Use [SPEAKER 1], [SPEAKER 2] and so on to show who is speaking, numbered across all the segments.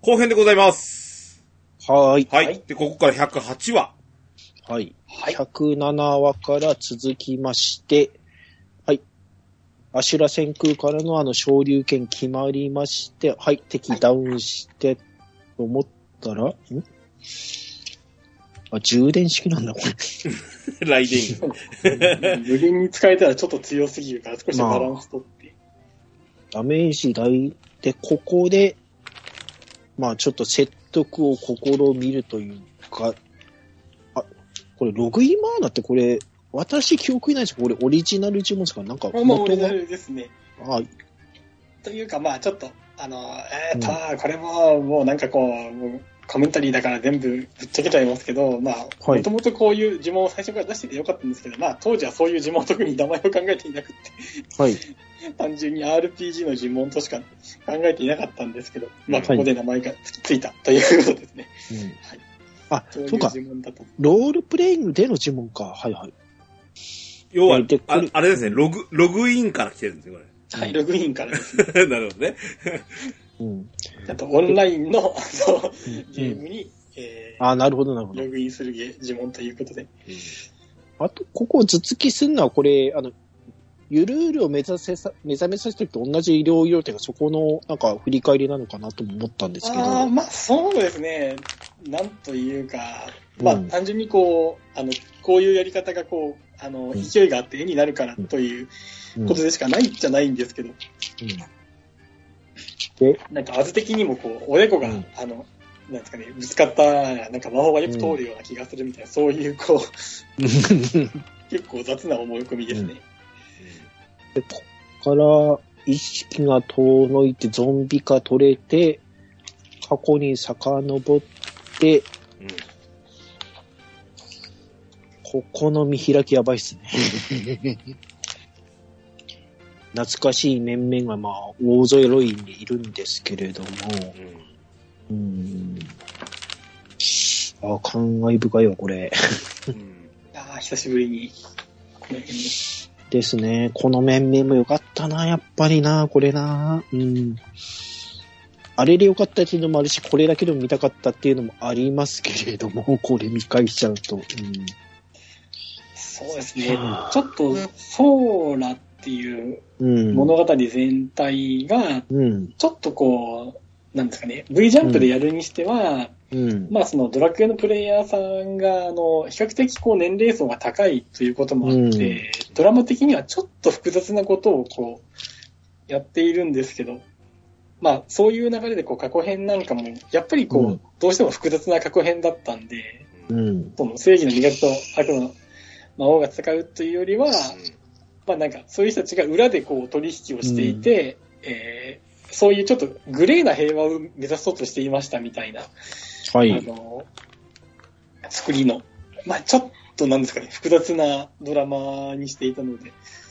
[SPEAKER 1] 後編でございます。
[SPEAKER 2] はい。
[SPEAKER 1] はい。で、ここから108話。
[SPEAKER 2] はい。107話から続きまして、はい。アシュラ旋空からの昇竜拳決まりまして、はい。敵ダウンしてと思ったら、充電式なんだ、こ
[SPEAKER 1] れ。ライデン
[SPEAKER 3] グ。無限に使えたらちょっと強すぎるから少しバランス取って。
[SPEAKER 2] ダメージ大で、ここで、ちょっと説得を試みるというか、これ、ログインマーナってこれ、私記憶にないですけど、これオリジナル呪文ですか？なんか元が。
[SPEAKER 3] オリジナルですね。
[SPEAKER 2] はい。
[SPEAKER 3] というか、ちょっと、これもうなんかこう、コメンタリーだから全部ぶっちゃけちゃいますけど、もともとこういう呪文を最初から出しててよかったんですけど、当時はそういう呪文特に名前を考えていなくて、はい。単純に RPG の呪文としか考えていなかったんですけど、ここで名前がついたということですね。
[SPEAKER 2] はい。そうか。ロールプレイングでの呪文か。はいはい。
[SPEAKER 1] 要は、あれですね、ログインから来てるんですよ、こ
[SPEAKER 3] れ。はい、ログインからですね。
[SPEAKER 1] なるほどね。
[SPEAKER 3] あと、オンラインのゲームに、
[SPEAKER 2] なるほど、なるほど。
[SPEAKER 3] ログインする呪文ということで。
[SPEAKER 2] あと、ここを頭突きするのは、これ、ゆるーるを目覚めさせてると同じ医療医療というか、そこの、なんか、振り返りなのかなとも思ったんですけど。
[SPEAKER 3] そうですね。なんというか、単純にこういうやり方がこう、勢いがあって絵になるからということでしかないじゃないんですけど。なんか、図的にもこう、おでこが、なんですかね、ぶつかったら、なんか魔法がよく通るような気がするみたいな、そういう、こう、結構雑な思い込みですね。
[SPEAKER 2] で、ここから意識が遠のいてゾンビ化取れて、過去に遡って、ここの見開きやばいっすね。懐かしい面々は大揃いにいるんですけれども、感慨深いわ、これ。
[SPEAKER 3] 久しぶりに、この辺に。
[SPEAKER 2] ですね。この面々も良かったな、やっぱりな、これな。あれで良かったっていうのもあるし、これだけでも見たかったっていうのもありますけれども、これ見返しちゃうと。
[SPEAKER 3] そうですね。ちょっと、ソーラっていう物語全体が、ちょっとこう、なんですかね、V ジャンプでやるにしては、そのドラクエのプレイヤーさんが、比較的こう年齢層が高いということもあって、ドラマ的にはちょっと複雑なことをこう、やっているんですけど、そういう流れでこう過去編なんかも、やっぱりこう、どうしても複雑な過去編だったんで、その正義の味方と悪の魔王が戦うというよりは、なんかそういう人たちが裏でこう取引をしていて、そういうちょっとグレーな平和を目指そうとしていましたみたいな、作りの、ちょっとなんですかね、複雑なドラマにしていたので。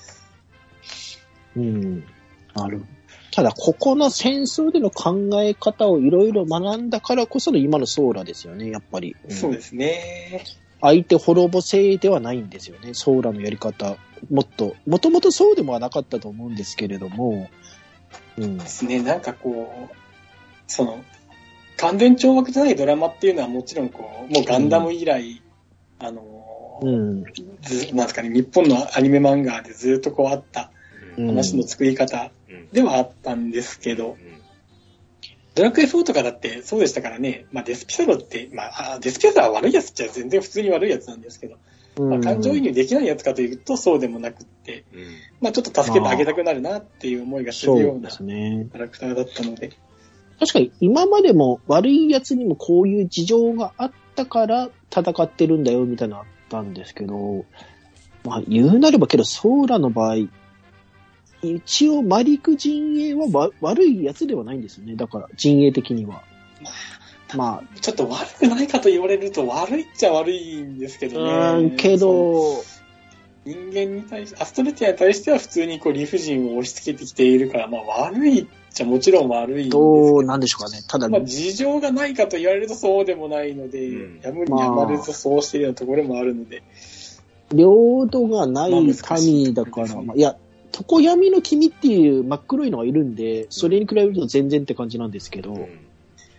[SPEAKER 2] ただ、ここの戦争での考え方をいろいろ学んだからこその今のソーラですよね、やっぱり。
[SPEAKER 3] そうですね。
[SPEAKER 2] 相手滅ぼせではないんですよね、ソーラのやり方。もともとそうでもなかったと思うんですけれども。
[SPEAKER 3] ですね、なんかこう、完全懲悪じゃないドラマっていうのはもちろんこう、もうガンダム以来、なんですかね、日本のアニメ漫画でずっとこうあった話の作り方ではあったんですけど、ドラクエ4とかだってそうでしたからね、デスピサロって、デスピサロは悪いやつっちゃ全然普通に悪いやつなんですけど、感情移入できないやつかというとそうでもなくって、ちょっと助けてあげたくなるなっていう思いがするようなキャラクターだったので。
[SPEAKER 2] 確かに今までも悪いやつにもこういう事情があったから戦ってるんだよみたいなのあったんですけど、言うなればけどソーラの場合、一応マリク陣営は悪いやつではないんですよね。だから陣営的には。
[SPEAKER 3] ちょっと悪くないかと言われると悪いっちゃ悪いんですけどね。
[SPEAKER 2] けど、
[SPEAKER 3] 人間に対して、アストレティアに対しては普通にこう理不尽を押し付けてきているから、悪いっちゃもちろん悪いんですけど。
[SPEAKER 2] どうなんでしょうかね。ただ、
[SPEAKER 3] 事情がないかと言われるとそうでもないので、やむにやまれずそうしているようなところもあるので。
[SPEAKER 2] 領土がない民だから、いや、常闇の君っていう真っ黒いのがいるんで、それに比べると全然って感じなんですけど、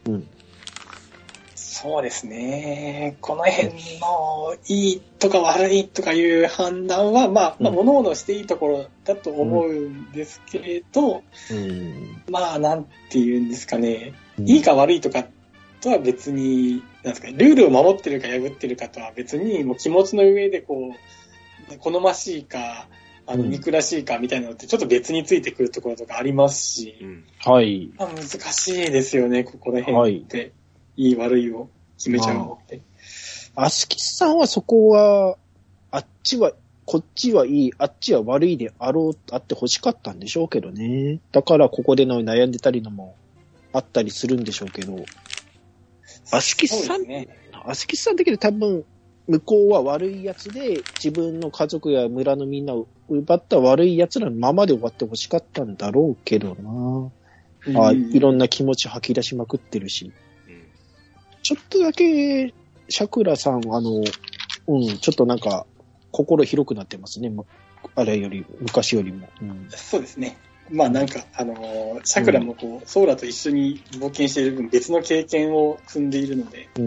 [SPEAKER 2] うん。
[SPEAKER 3] そうですね。この辺のいいとか悪いとかいう判断は、まあ、各々していいところだと思うんですけれど、まあ、なんて言うんですかね。いいか悪いとかとは別に、なんですかね、ルールを守ってるか破ってるかとは別に、もう気持ちの上でこう、好ましいか、憎らしいかみたいなのってちょっと別についてくるところとかありますし、
[SPEAKER 2] はい。
[SPEAKER 3] まあ、難しいですよね、ここら辺って。はい、いい悪いを決めちゃうのって。
[SPEAKER 2] アスキスさんはそこは、こっちはいい、あっちは悪いであって欲しかったんでしょうけどね。だからここでの悩んでたりのもあったりするんでしょうけど。アスキスさんだけど多分、向こうは悪いやつで自分の家族や村のみんなを奪った悪いやつらのままで終わって欲しかったんだろうけどな。いろんな気持ち吐き出しまくってるし。ちょっとだけ、シクラさん、ちょっとなんか、心広くなってますね。あれより、昔よりも。
[SPEAKER 3] そうですね。まあなんか、シクラもこう、ソーラと一緒に冒険している分、別の経験を積んでいるので。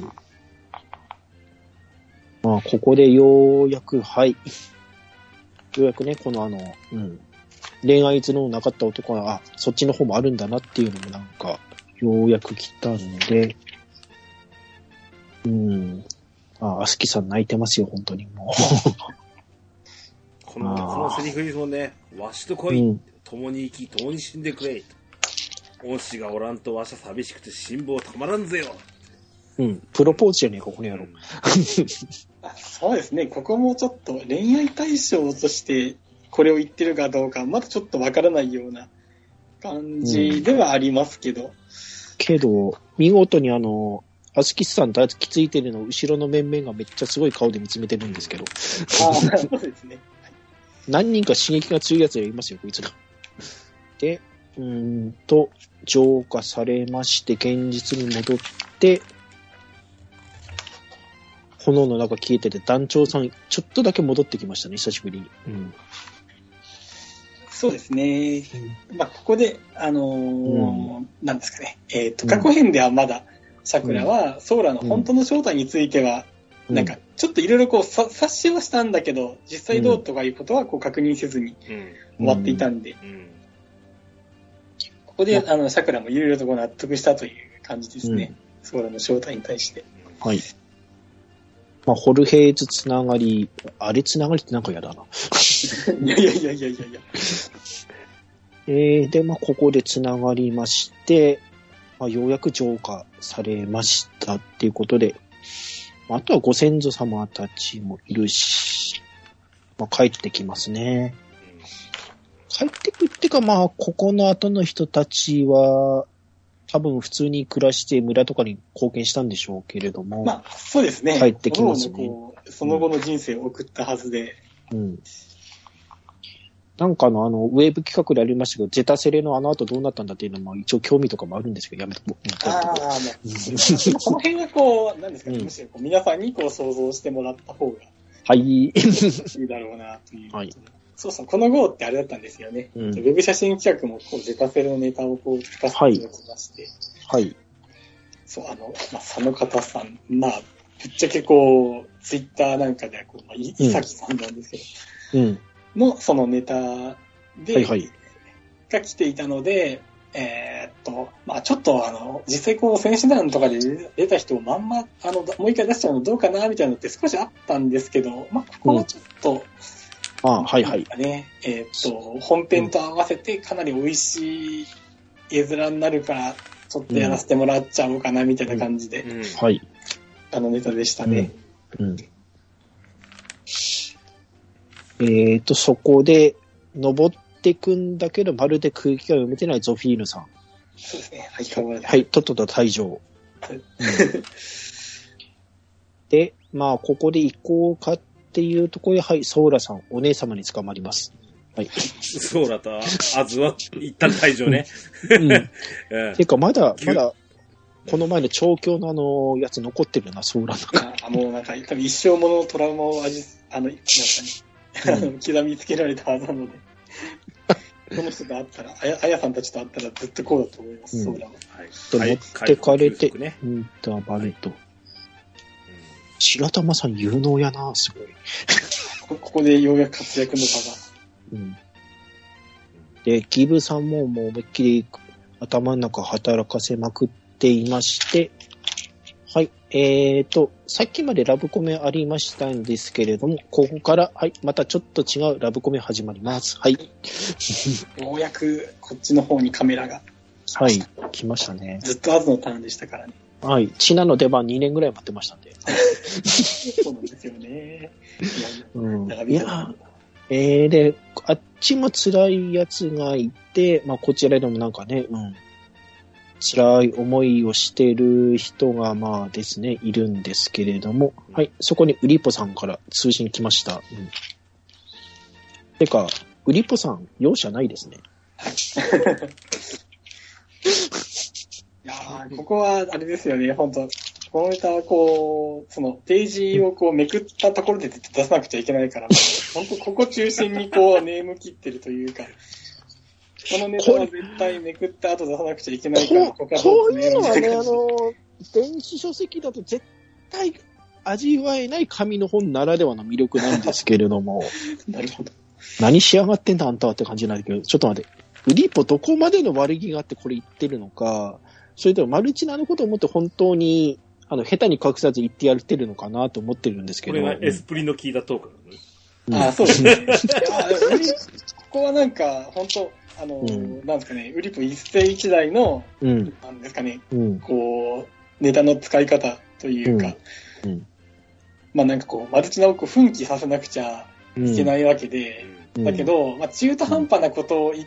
[SPEAKER 2] まあ、ここでようやく、はい。ようやくね、この恋愛頭脳なかった男は、そっちの方もあるんだなっていうのもなんか、ようやく来たので、アスキさん泣いてますよ、本当にもう。
[SPEAKER 1] このセリフもね、わしと来い、共に生き、共に死んでくれ。恩師がおらんとわしは寂しくて辛抱たまらんぜよ。
[SPEAKER 2] プロポーズじゃねえか、この野郎。
[SPEAKER 3] そうですね、ここもちょっと恋愛対象としてこれを言ってるかどうか、まだちょっとわからないような感じではありますけど。
[SPEAKER 2] けど、見事にアスキスさんとあいつきついてるの後ろの面々がめっちゃすごい顔で見つめてるんですけど。
[SPEAKER 3] そうですね。
[SPEAKER 2] 何人か刺激が強いやつがいますよ、こいつら。で、浄化されまして、現実に戻って、炎の中消えてて、団長さん、ちょっとだけ戻ってきましたね、久しぶりに。
[SPEAKER 3] そうですね。まあ、ここで、なんですかね。過去編ではまだ、シクラは、ソーラの本当の正体については、なんか、ちょっといろいろこう、察しはしたんだけど、実際どうとかいうことはこう確認せずに終わっていたんで、ここで、シクラもいろいろとこう納得したという感じですね。ソーラの正体に対して。
[SPEAKER 2] はい。まあ、ホルヘイズつながり、あれつながりってなんか嫌だな。
[SPEAKER 3] いや。
[SPEAKER 2] で、まあ、ここでつながりまして、まあ、ようやく浄化されましたっていうことで、あとはご先祖様たちもいるし、まあ、帰ってきますね。帰ってくってか、まあ、ここの後の人たちは、多分普通に暮らして村とかに貢献したんでしょうけれども。
[SPEAKER 3] まあ、そうですね。
[SPEAKER 2] 帰ってきますね。
[SPEAKER 3] その後の人生を送ったはずで。
[SPEAKER 2] なんかウェーブ企画でありましたけど、ゼタセレの後どうなったんだっていうのも一応興味とかもあるんですけど、やめとこう。
[SPEAKER 3] この辺はこう、なんですかね、むしろ皆さんにこう想像してもらった方が。
[SPEAKER 2] はい。
[SPEAKER 3] いいだろうな、という。はい。そうそう、この号ってあれだったんですよね。ウェブ写真企画もこうゼタセレのネタをこう聞かせていただきまして。
[SPEAKER 2] はい。
[SPEAKER 3] そう、その方さん、まあ、ぶっちゃけこう、ツイッターなんかではこう、いさきさんなんですけど、のそのネタで、が来ていたので、まあちょっと実際こう選手団とかで出た人をまんま、もう一回出しちゃうのどうかなみたいなのって少しあったんですけど、まあここはちょっと、ね、本編と合わせてかなり美味しい絵面になるから、ちょっとやらせてもらっちゃおうかなみたいな感じで、ネタでしたね。
[SPEAKER 2] そこで登ってくんだけど、まるで空気が読めてないゾフィーヌさん。
[SPEAKER 3] そうですね。
[SPEAKER 2] はい、とっとと退場。で、まあ、ここで行こうかっていうところで、はい、ソーラさん、お姉様に捕まります。はい。
[SPEAKER 1] ソーラとアズは一旦退場ね。
[SPEAKER 2] ていうか、まだ、この前の調教のやつ残ってるな、ソーラ
[SPEAKER 3] なんか。もうなんか、多分一生もののトラウマを刻みつけられたはずなので。 この人と会ったら、あやさんたちと会ったらずっとこうだと思います、そうだ。
[SPEAKER 2] はい。持ってかれて、インターバルト。白玉さん有能やな、すごい。
[SPEAKER 3] ここでようやく活躍の場が。
[SPEAKER 2] うん。で、ギブさんももう思いっきり頭の中働かせまくっていまして、はい。さっきまでラブコメありましたんですけれども、ここから、はい、またちょっと違うラブコメ始まります。はい。
[SPEAKER 3] ようやくこっちの方にカメラが。
[SPEAKER 2] はい、来ましたね。
[SPEAKER 3] ずっとアズのターンでしたからね。
[SPEAKER 2] はい。チナの出番2年ぐらい待ってましたんで。
[SPEAKER 3] そうなんですよね。
[SPEAKER 2] いや、で、あっちも辛いやつがいて、まあ、こちらでもなんかね、辛い思いをしてる人がまあですね、いるんですけれども、はい、そこにウリポさんから通信来ました。てか、ウリポさん、容赦ないですね。
[SPEAKER 3] いやー、ここはあれですよね、本当このネタはこう、そのページをこうめくったところで出さなくちゃいけないから、本当ここ中心にこうネーム切ってるというか、このネタは絶対めくった後出さなくちゃいけないから、こ
[SPEAKER 2] ういうのはね、電子書籍だと絶対味わえない紙の本ならではの魅力なんですけれども、
[SPEAKER 3] なるほど。
[SPEAKER 2] 何しやがってんだあんたはって感じなんだけど、ちょっと待って、ウリポどこまでの悪気があってこれ言ってるのか、それともマルチナのことを思って本当に下手に隠さず言ってやってるのかなと思ってるんですけど。
[SPEAKER 1] これがエスプリの効いたトーク
[SPEAKER 3] なのね。そうですね。ここはなんか、本当なんですかね、ウリポ一世一代の、なんですかね、こう、ネタの使い方というか、まあなんかこう、マルチナを奮起させなくちゃいけないわけで、だけど、まあ中途半端なことを言って、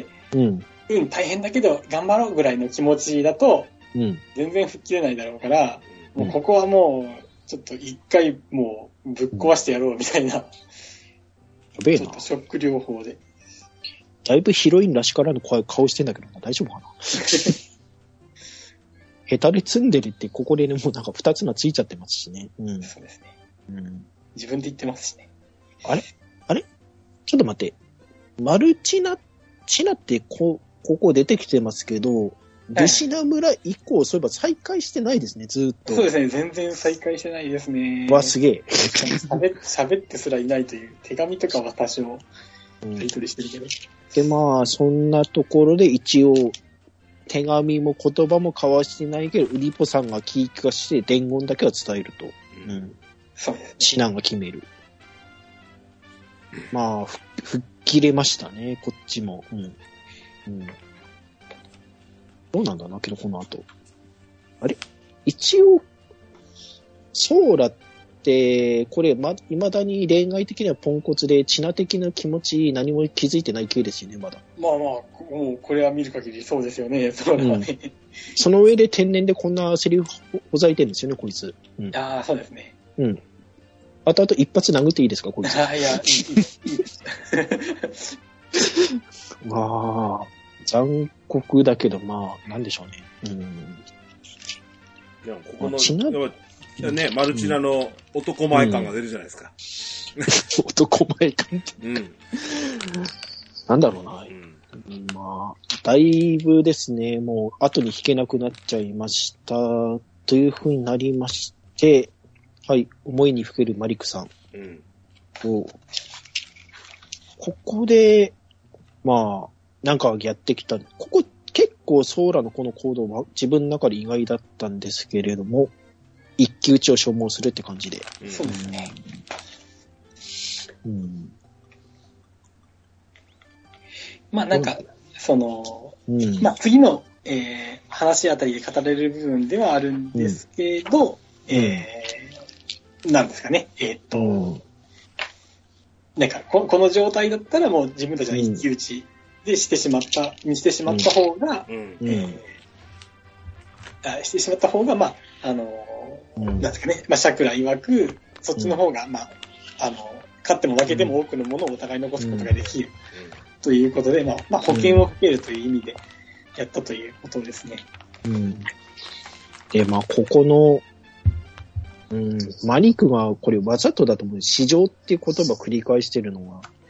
[SPEAKER 3] 大変だけど頑張ろうぐらいの気持ちだと、全然吹っ切れないだろうから、もうここはもう、ちょっと一回もうぶっ壊してやろうみたいな、ちょっとショック療法で。
[SPEAKER 2] だいぶヒロインらしからぬ顔してんだけど、大丈夫かなヘタレ積んでるってここでね、もうなんか二つのついちゃってますしね。
[SPEAKER 3] そうですね。自分で言ってますしね。
[SPEAKER 2] あれちょっと待って。マルチナってここ出てきてますけど、弟子名村以降、そういえば再開してないですね、ずーっと。
[SPEAKER 3] そうですね、全然再開してないですね。
[SPEAKER 2] すげえ。
[SPEAKER 3] 喋ってすらいないという、手紙とかは多少、やり取りしてるけど。
[SPEAKER 2] で、まあ、そんなところで一応、手紙も言葉も交わしてないけど、ウリポさんが聞き化して伝言だけは伝えると。
[SPEAKER 3] そうですね。
[SPEAKER 2] 指南が決める。まあ、吹っ切れましたね、こっちも。どうなんだな、けど、この後。あれ一応、ソーラって、これ、未だに恋愛的にはポンコツで、チナ的な気持ち何も気づいてない系ですよね、まだ。
[SPEAKER 3] まあ、もう、これは見る限りそうですよね、ソーラはね。
[SPEAKER 2] その上で天然でこんなセリフほざいてるんですよね、こいつ。
[SPEAKER 3] ああ、そうですね。
[SPEAKER 2] あと一発殴っていいですか、こいつ。
[SPEAKER 3] いや、いいです。
[SPEAKER 2] まあ、残酷だけど、まあ、なんでしょうね。
[SPEAKER 1] でもここの、ね、マルチナの男前感が出るじゃないですか。
[SPEAKER 2] 男前感って。なんだろうな。まあ、だいぶですね、もう後に引けなくなっちゃいました。という風になりまして、はい、思いにふけるマリックさん。ここで、まあ、なんかやってきた。ここ結構ソーラのこの行動は自分の中で意外だったんですけれども、一騎打ちを消耗するって感じで。
[SPEAKER 3] そうですね。まあなんか、まあ次の、話あたりで語れる部分ではあるんですけど、なんですかね、なんかこの状態だったらもう自分たちの一騎打ちでしてしまった方が、してしまった方が、まあ、なんですかね、まあ、シャクラ曰く、そっちの方が、まあ、勝っても負けても多くのものをお互い残すことができる、ということで、まあ、保険をかけるという意味でやったということですね。
[SPEAKER 2] で、まあ、ここの、マリックがこれわざとだと思う。市場っていう言葉を繰り返してるのは、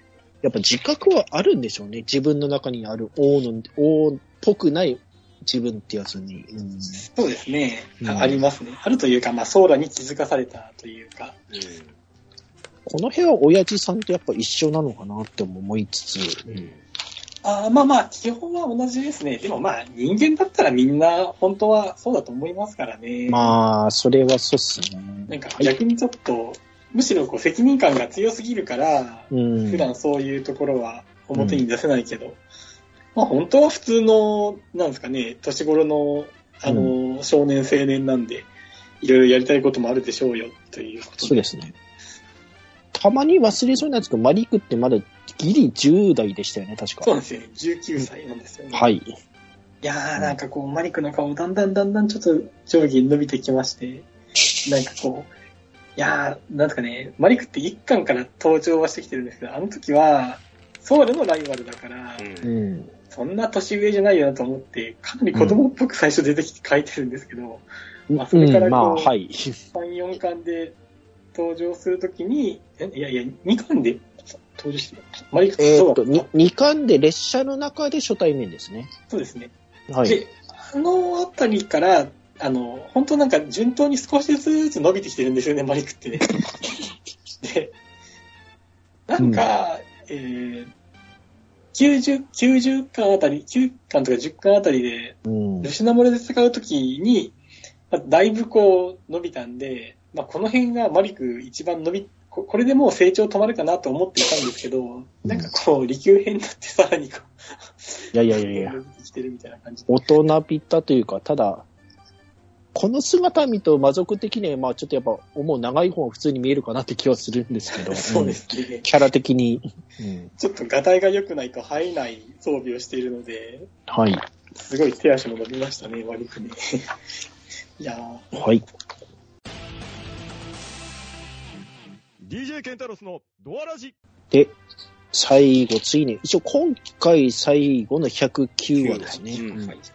[SPEAKER 2] やっぱ自覚はあるんでしょうね。自分の中にある王っぽくない自分ってやつに。
[SPEAKER 3] うん、そうですね、ありますね。あるというか、まあ、ソーラに気づかされたというか。
[SPEAKER 2] この辺は親父さんとやっぱ一緒なのかなって思いつつ。
[SPEAKER 3] まあまあ、基本は同じですね。でもまあ、人間だったらみんな本当はそうだと思いますからね。
[SPEAKER 2] まあ、それはそうっすね。
[SPEAKER 3] なんか逆にちょっと、むしろこう責任感が強すぎるから、普段そういうところは表に出せないけど、まあ本当は普通の、なんですかね、年頃の、少年青年なんで、いろいろやりたいこともあるでしょうよ、ということで。
[SPEAKER 2] そうですね。たまに忘れそうなんですけど、マリクってまだギリ10代でしたよね、確か。
[SPEAKER 3] そうなんですよね。19歳なんですよね。
[SPEAKER 2] はい。
[SPEAKER 3] いやー、なんかこう、マリクの顔、だんだんちょっと上下に伸びてきまして、なんかこう、いやー、なんですかね、マリクって1巻から登場はしてきてるんですけど、あの時は、ソウルのライバルだから、そんな年上じゃないよなと思って、かなり子供っぽく最初出てきて書いてるんですけど、まあそれからこう、3、4巻で登場するときに、2巻で登場してる。マリクってそうだった。
[SPEAKER 2] 2巻で列車の中で初対面ですね。
[SPEAKER 3] そうですね。
[SPEAKER 2] はい。
[SPEAKER 3] で、あたりから、本当なんか順当に少しずつ伸びてきてるんですよね、マリクってね。で、なんか、90巻あたり、9巻とか10巻あたりで、吉野森で戦うときに、だいぶこう伸びたんで、まあ、この辺がマリク一番これでもう成長止まるかなと思っていたんですけど、なんかこう、利休編になってさらにこう、
[SPEAKER 2] いや。
[SPEAKER 3] 伸びてきてるみたいな感じ。
[SPEAKER 2] 大人びたというか、ただ、この姿見ると魔族的には、まあちょっとやっぱ、長い方が普通に見えるかなって気はするんですけど。
[SPEAKER 3] そうですね。
[SPEAKER 2] キャラ的に。
[SPEAKER 3] ちょっとガタイが良くないと入らない装備をしているので、
[SPEAKER 2] はい。
[SPEAKER 3] すごい手足も伸びましたね、マリクね。いやー。
[SPEAKER 2] はい。
[SPEAKER 4] DJ ケンタロスのドアラジ。
[SPEAKER 2] で、最後、ついに、一応今回最後の109話ですね。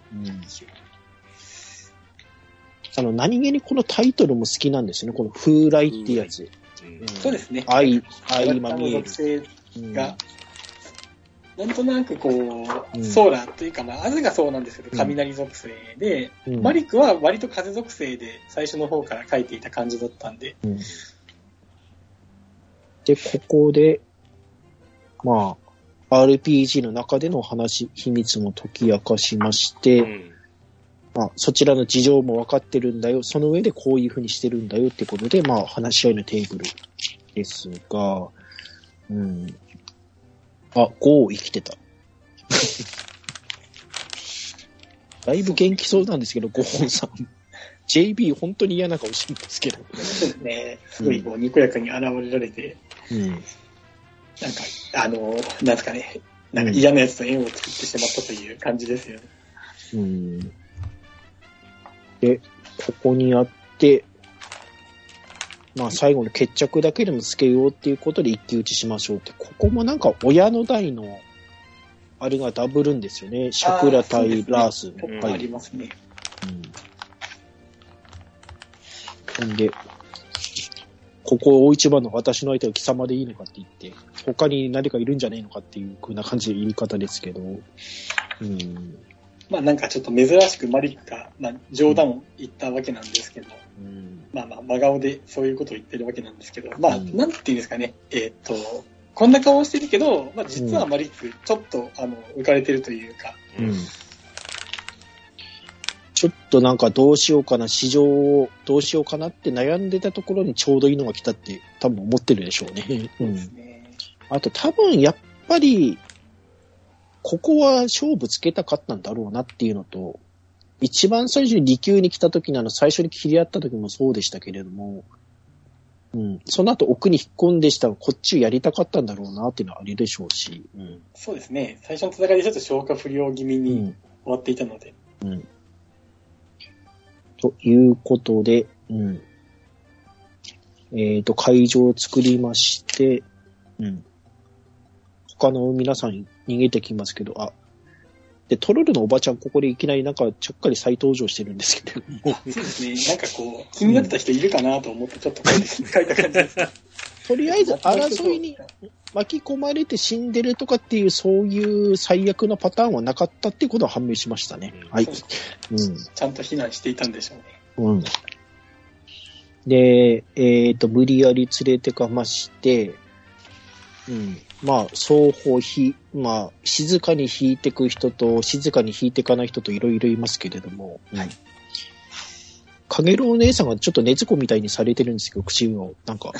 [SPEAKER 2] 何気にこのタイトルも好きなんですよね。この風来ってやつ。
[SPEAKER 3] そうですね。
[SPEAKER 2] 相まみえる。
[SPEAKER 3] 属性が、なんとなくこう、ソーラーというか、まあ、アズがそうなんですけど、雷属性で、マリクは割と風属性で最初の方から書いていた感じだったんで。
[SPEAKER 2] で、ここで、まあ、RPG の中での秘密も解き明かしまして、まあ、そちらの事情も分かってるんだよ。その上でこういう風にしてるんだよってことで、まあ、話し合いのテーブルですが、ゴー生きてた。だいぶ元気そうなんですけど、ゴーさん。JB 本当に嫌な顔してるんですけど。
[SPEAKER 3] そうですね。すごいこう、にこやかに現れられて、なんか、なんですかね、なんか嫌なやつと縁を作ってしまったという感じですよね。
[SPEAKER 2] で、ここにあって、まあ最後の決着だけでもつけようっていうことで一騎打ちしましょうって、ここもなんか親の代の、あれがダブるんですよね。シャクラ対ラース。
[SPEAKER 3] ありますね。
[SPEAKER 2] んで、ここ大一番の私の相手は貴様でいいのかって言って、他に何かいるんじゃねえのかっていう風な感じで言い方ですけど、
[SPEAKER 3] まあなんかちょっと珍しくマリックが、まあ、冗談を言ったわけなんですけど、まあ真顔でそういうことを言ってるわけなんですけど、まあなんていうんですかね、こんな顔をしてるけど、まあ実はマリックちょっと浮かれてるというか、
[SPEAKER 2] ちょっとなんかどうしようかな、市場をどうしようかなって悩んでたところにちょうどいいのが来たって多分思ってるでしょうね。
[SPEAKER 3] そうですね。
[SPEAKER 2] あと多分やっぱり、ここは勝負つけたかったんだろうなっていうのと、一番最初に利休に来た時最初に切り合った時もそうでしたけれども、その後奥に引っ込んでしたらこっちをやりたかったんだろうなっていうのはあれでしょうし。
[SPEAKER 3] そうですね。最初の戦いでちょっと消化不良気味に終わっていたので。
[SPEAKER 2] ということで、会場を作りまして、他の皆さん逃げてきますけど、で、トロルのおばちゃん、ここでいきなりなんかちょっかり再登場してるんですけど。
[SPEAKER 3] そうですね。なんかこう、気になってた人いるかなと思って、ちょっと書いた感じです。
[SPEAKER 2] とりあえず争いに巻き込まれて死んでるとかっていう、そういう最悪なパターンはなかったっていうことは判明しましたね。はい。
[SPEAKER 3] ちゃんと避難していたんでしょ
[SPEAKER 2] うね。で、無理やり連れてかまして、まあ、双方まあ、静かに引いてく人と、静かに引いていかない人といろいろいますけれども、かげろうお姉さんがちょっと熱子みたいにされてるんですけど、口を、なんか。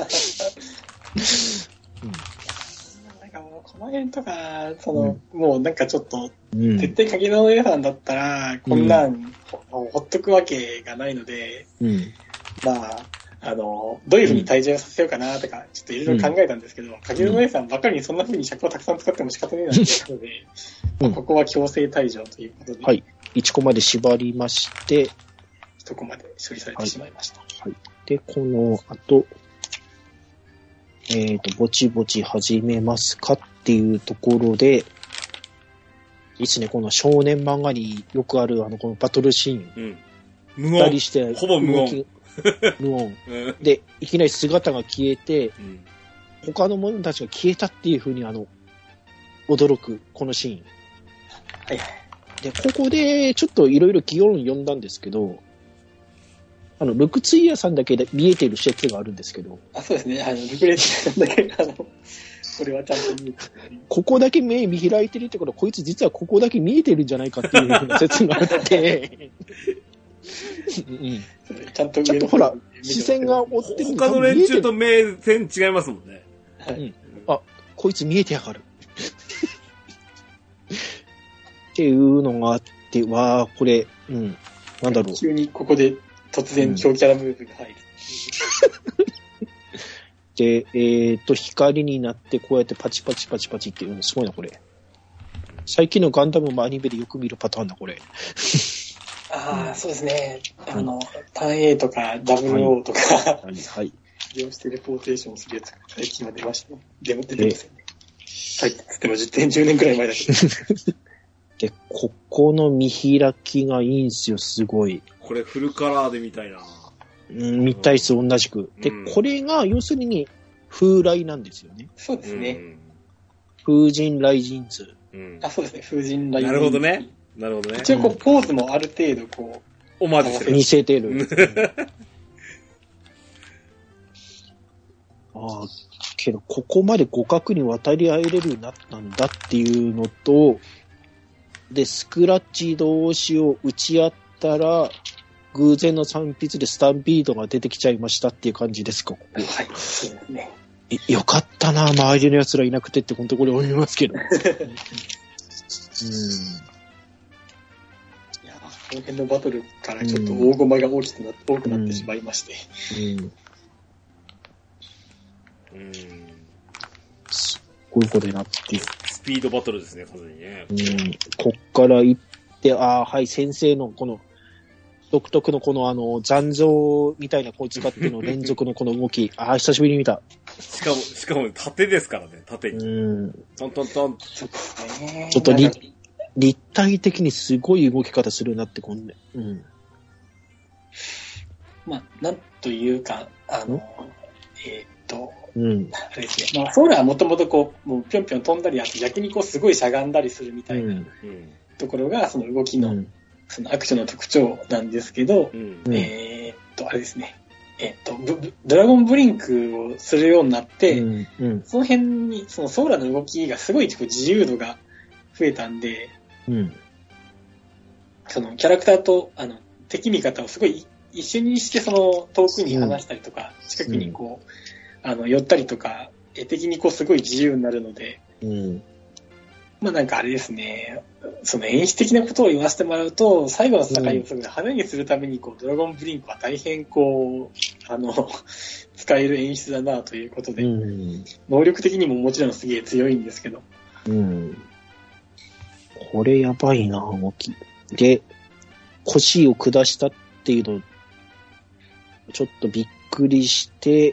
[SPEAKER 3] なんかもう、この辺とか、もうなんかちょっと、絶対かげろうお姉さんだったら、こんなんほっとくわけがないので、まあ、どういう風に退場させようかなとか、ちょっといろいろ考えたんですけど、かげろうお姉さんばっかりにそんな風に尺をたくさん使っても仕方ねえなということで、ここは強制退場ということで。
[SPEAKER 2] はい。1個まで縛りまして、
[SPEAKER 3] 1個まで処理されてしまいました。
[SPEAKER 2] はい。で、この後、ぼちぼち始めますかっていうところで、いいですね、この少年漫画によくあるこのバトルシーン。
[SPEAKER 1] 無音。
[SPEAKER 2] して、
[SPEAKER 1] ほぼ無音。
[SPEAKER 2] 無音。で、いきなり姿が消えて、他の者たちが消えたっていう風に驚く、このシーン。
[SPEAKER 3] はいはい。
[SPEAKER 2] で、ここでちょっといろいろ議論読んだんですけど、ルクツイヤさんだけで見えている説があるんですけど。
[SPEAKER 3] そうですね。ルクレツイヤさんだけ、これはちゃんと見えてる。
[SPEAKER 2] ここだけ目見開いてるってことは、こいつ実はここだけ見えてるんじゃないかっていうような説があって、
[SPEAKER 3] ちゃんと
[SPEAKER 2] ほら、視線が追ってる。
[SPEAKER 1] 他の連中と目線違いますもんね。
[SPEAKER 2] こいつ見えてやがる。っていうのがあって、これ、なんだろう。
[SPEAKER 3] 急にここで突然強キャラムーブが入る。
[SPEAKER 2] で、光になってこうやってパチパチパチパチっていうのすごいな、これ。最近のガンダムもアニメでよく見るパターンだ、これ。
[SPEAKER 3] そうですね。ターン A とか WO とか、利用してレポーテーションするやつが最近は出ましたね。出てますよね。はい。でも10年くらい前だけど。
[SPEAKER 2] で、ここの見開きがいいんすよ、すごい。
[SPEAKER 1] これフルカラーで見たいな。
[SPEAKER 2] 見たいっす、同じく。で、これが要するに風来なんですよね。
[SPEAKER 3] そうですね。
[SPEAKER 2] 風神雷神図。
[SPEAKER 3] そうですね、風神雷神図。
[SPEAKER 1] なるほどね。なるほどね。
[SPEAKER 3] 一応ポーズもある程度
[SPEAKER 1] オマージュしてる。
[SPEAKER 2] 似せてる。けど、ここまで互角に渡り合えれるようになったんだっていうのと、で、スクラッチ同士を打ち合ったら、偶然の3筆でスタンピードが出てきちゃいましたっていう感じですか、ここ。
[SPEAKER 3] はい、そうですね。
[SPEAKER 2] よかったな、周りの奴らいなくてって、本当これ思いますけど。いや、
[SPEAKER 3] この辺のバトルからちょっと大駒が多くなってしまいまして。
[SPEAKER 2] すごいことになって。
[SPEAKER 1] スピードバトルですね、完全にね。
[SPEAKER 2] こっから行って、先生のこの、独特のこの残像みたいなこう使っての連続のこの動き。久しぶりに見た。
[SPEAKER 1] しかも縦ですからね、縦に。トントントン。
[SPEAKER 2] ちょっと立体的にすごい動き方するなってこんで。
[SPEAKER 3] なんというか、あれですね。ソーラはもともともうぴょんぴょん飛んだりあって逆にすごいしゃがんだりするみたいなところがその動きの、そのアクションの特徴なんですけど、あれですね。ドラゴンブリンクをするようになって、その辺に、そのソーラの動きがすごい自由度が増えたんで、そのキャラクターと、敵味方をすごい一緒にして、その遠くに離したりとか、近くに寄ったりとか、敵にすごい自由になるので、なんかあれですね、その演出的なことを言わせてもらうと、最後の戦いをすごい派手にするために、ドラゴンブリンクは大変使える演出だなということで、能力的にももちろんすげえ強いんですけど。
[SPEAKER 2] これやばいな、動き。で、腰を下したっていうの、ちょっとびっくりして、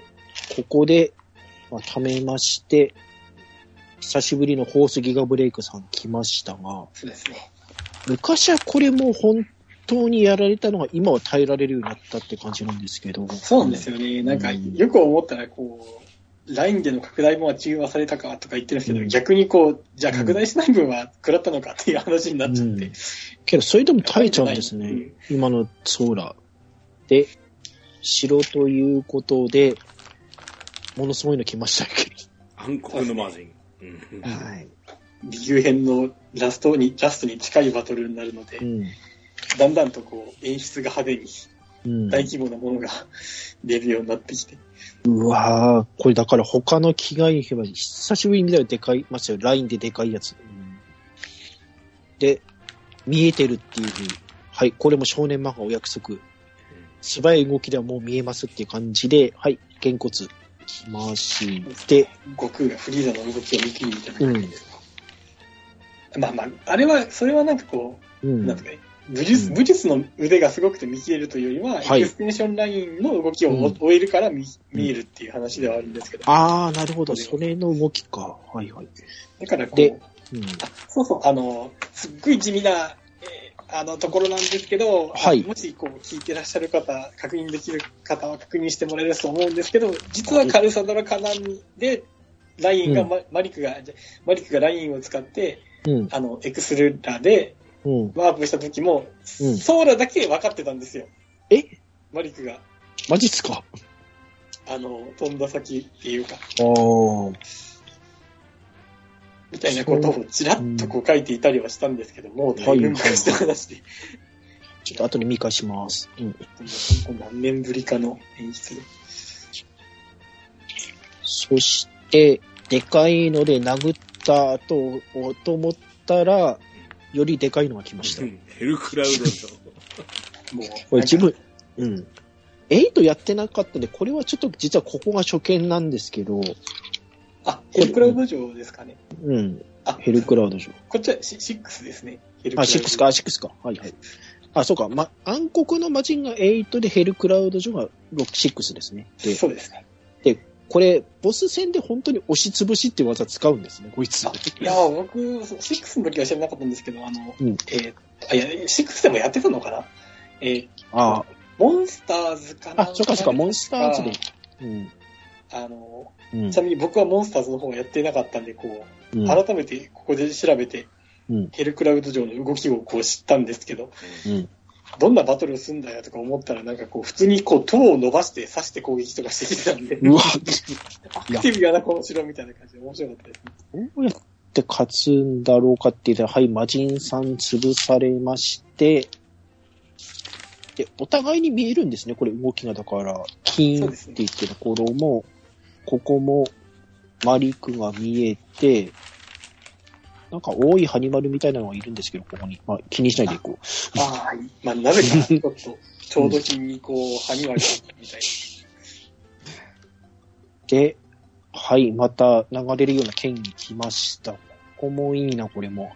[SPEAKER 2] ここで、溜めまして、久しぶりのホースギガブレイクさん来ましたが、
[SPEAKER 3] そうですね。
[SPEAKER 2] 昔はこれも本当にやられたのが今は耐えられるようになったって感じなんですけど。
[SPEAKER 3] そうなんですよね。なんかよく思ったらラインでの拡大も中和されたかとか言ってるんですけど、逆にこう、じゃあ拡大しない分は食らったのかっていう話になっちゃって。
[SPEAKER 2] けど、それでも耐えちゃうんですね。今のソーラー。で、白ということで、ものすごいの来ましたけど。
[SPEAKER 1] 暗黒のマージ
[SPEAKER 2] ン。はい。
[SPEAKER 3] リギュ編のラストに近いバトルになるので、だんだんとこう、演出が派手に、大規模なものが出るようになってきて。
[SPEAKER 2] うわぁ、これだから他の着替え品は久しぶりに見たらでかいましたよ。ラインででかいやつ。で、見えてるっていうふうに。はい、これも少年漫画お約束。素早い動きではもう見えますっていう感じで、はい、げんこつきまして。
[SPEAKER 3] 悟空がフリーザの動きを見切りみたいな感じですか。まあまあ、あれは、それはなんかこう、なんとかね、武術の腕がすごくて見切れるというよりは、エクステンションラインの動きを終えるから見えるっていう話ではあるんですけど。
[SPEAKER 2] ああ、なるほど。それの動きか。はいはい。
[SPEAKER 3] だからこう、そうそう、すっごい地味な、ところなんですけど、もしこう聞いてらっしゃる方、確認できる方は確認してもらえると思うんですけど、実はカルサドラカナンで、ラインが、マリクがラインを使って、エクスルラで、ワープした時も、ソーラだけ分かってたんですよ。マリクが。
[SPEAKER 2] マジっすか？
[SPEAKER 3] 飛んだ先っていうか。みたいなことをちらっとこう書いていたりはしたんですけども、だいぶ昔の話で。
[SPEAKER 2] ちょっと後で見返します。
[SPEAKER 3] 何年ぶりかの演出で。
[SPEAKER 2] そして、でかいので殴ったと思ったら、よりでかいのが来ました。
[SPEAKER 1] ヘルクラウドと。
[SPEAKER 2] もうこれ自分、8やってなかったんで、これはちょっと実はここが初見なんですけど。
[SPEAKER 3] ヘルクラウド城ですかね。
[SPEAKER 2] ヘルクラウド城。
[SPEAKER 3] こっちは6ですね。
[SPEAKER 2] 6か。はいはい。そうか。暗黒の魔人が8でヘルクラウド城が6ですね。
[SPEAKER 3] そうですね。
[SPEAKER 2] で、これ、ボス戦で本当に押しつぶしっていう技使うんですね、こいつ。
[SPEAKER 3] いや、僕、6の時は知らなかったんですけど、6でもやってたのかなモンスターズかな。
[SPEAKER 2] そうか、モンスターズで。
[SPEAKER 3] ちなみに僕はモンスターズの方はやってなかったんで、こう、改めてここで調べて、ヘルクラウド城の動きをこう知ったんですけど、どんなバトルをするんだよとか思ったら、なんかこう、普通にこう、塔を伸ばして刺して攻撃とかしてきてたんで、
[SPEAKER 2] うわ
[SPEAKER 3] アクティブやな、この城みたいな感じで面白かったですね。
[SPEAKER 2] どうやって勝つんだろうかって言ったら、はい、魔人さん潰されまして、で、お互いに見えるんですね、これ動きが。だから、キーンって言ってるところも、ここもマリクが見えて、なんか多いハニマルみたいなのがいるんですけど、ここに。気にしないでいこう。
[SPEAKER 3] なぜか、ちょっと、ちょうど金にこう、ハニマルみたいな。
[SPEAKER 2] で、はい、また流れるような剣に来ました。ここもいいな、これも。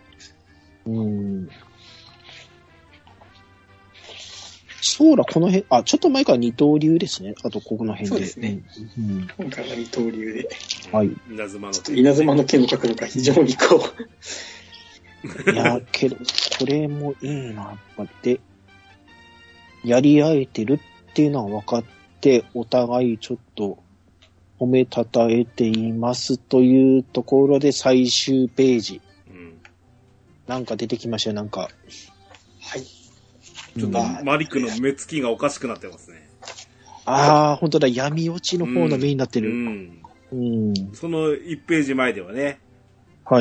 [SPEAKER 2] ソーラ、この辺、ちょっと前から二刀流ですね。あと、ここの辺で。
[SPEAKER 3] そうですね。今回は二刀流で。
[SPEAKER 2] はい。
[SPEAKER 3] 稲妻の剣を書くのが非常にこ
[SPEAKER 2] う。いや、けど、これもいいな、やっぱり。で、やり合えてるっていうのは分かって、お互いちょっと褒めたたえていますというところで最終ページ。なんか出てきましたよ、なんか。
[SPEAKER 3] はい。
[SPEAKER 1] ちょっとマリクの目つきがおかしくなってますね。
[SPEAKER 2] 本当だ、闇落ちの方の目になってる。
[SPEAKER 1] その1ページ前ではね。
[SPEAKER 2] はい。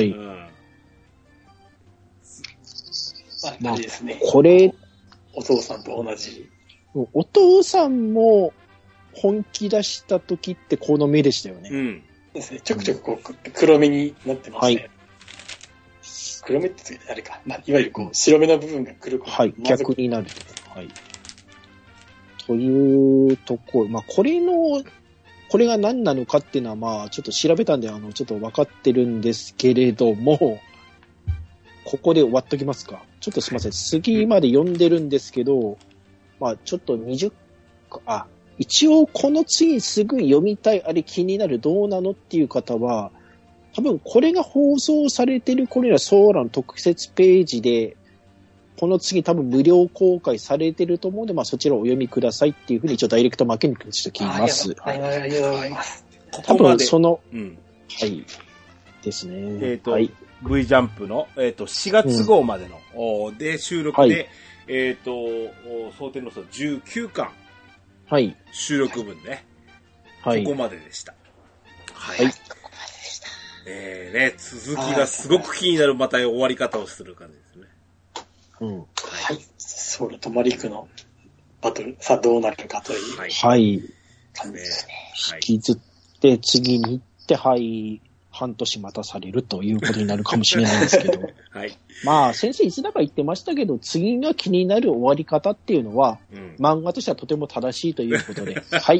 [SPEAKER 3] あれですね。
[SPEAKER 2] これ、
[SPEAKER 3] お父さんと同じ。
[SPEAKER 2] お父さんも本気出した時ってこの目でしたよね。
[SPEAKER 3] ですね。ちょくちょくこう黒目になってますね。はい。黒目ってあれか。いわゆるこう白目の部分が黒くなる。
[SPEAKER 2] はい。逆になる。はい。というところ、これが何なのかっていうのはちょっと調べたんで、ちょっと分かってるんですけれども、ここで終わっときますか。ちょっとすいません。次まで読んでるんですけど、ちょっと一応この次すぐ読みたい、あれ気になる、どうなのっていう方は、多分これが放送されてる頃にはソーラの特設ページで、この次多分無料公開されてると思うので、そちらをお読みくださいっていうふうに一応ダイレクトマーケティングしておきます。
[SPEAKER 3] ありがとうございます。
[SPEAKER 2] 多分その、はい。ですね。はい。
[SPEAKER 1] V ジャンプの、4月号までの、で、収録で、蒼天の層19巻。
[SPEAKER 2] はい。
[SPEAKER 1] 収録分ね。はい。ここまででした。はい。
[SPEAKER 2] はい。
[SPEAKER 1] ね、続きがすごく気になるまた終わり方をする感じですね。
[SPEAKER 3] はい。ソウルとマリクのバトル、さあどうなるかという。
[SPEAKER 2] はい。
[SPEAKER 3] 感じですね。
[SPEAKER 2] 引きずって次に行って、はい。半年待たされるということになるかもしれないですけど。
[SPEAKER 1] はい。
[SPEAKER 2] まあ、先生いつだか言ってましたけど、次が気になる終わり方っていうのは、漫画としてはとても正しいということで。はい。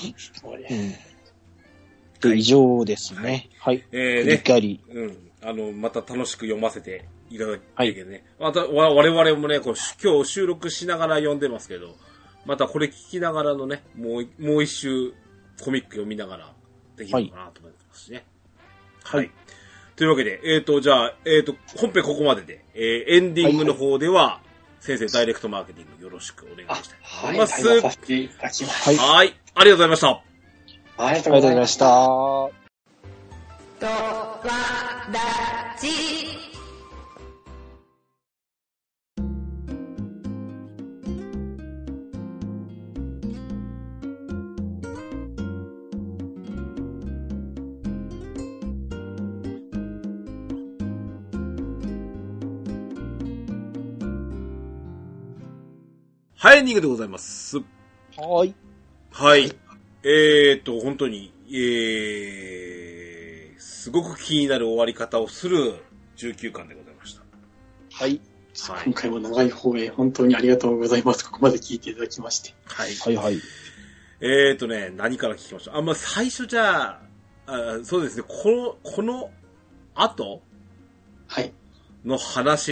[SPEAKER 2] 以上ですね。はい。
[SPEAKER 1] ね。また楽しく読ませていただきたいけどね。また、我々もね、今日収録しながら読んでますけど、またこれ聞きながらのね、もう一周コミック読みながらできるのかなと思いますしね。はい。というわけで、じゃあ、本編ここまでで、エンディングの方では、先生、ダイレクトマーケティングよろしくお願いしたいと思います。
[SPEAKER 3] はい。させていただきます。
[SPEAKER 1] はい。ありがとうございました。
[SPEAKER 3] ありがとうございました。
[SPEAKER 5] とわらじ。
[SPEAKER 1] はい、エンディングでございます。
[SPEAKER 2] はい。
[SPEAKER 1] はい。本当に、すごく気になる終わり方をする19巻でございました。
[SPEAKER 2] はい。
[SPEAKER 3] 今回も長い方へ本当にありがとうございます。ここまで聞いていただきまして。
[SPEAKER 1] はい。
[SPEAKER 2] はい。
[SPEAKER 1] 何から聞きましょう。最初じゃあ、そうですね、この後
[SPEAKER 3] はい。
[SPEAKER 1] の話って、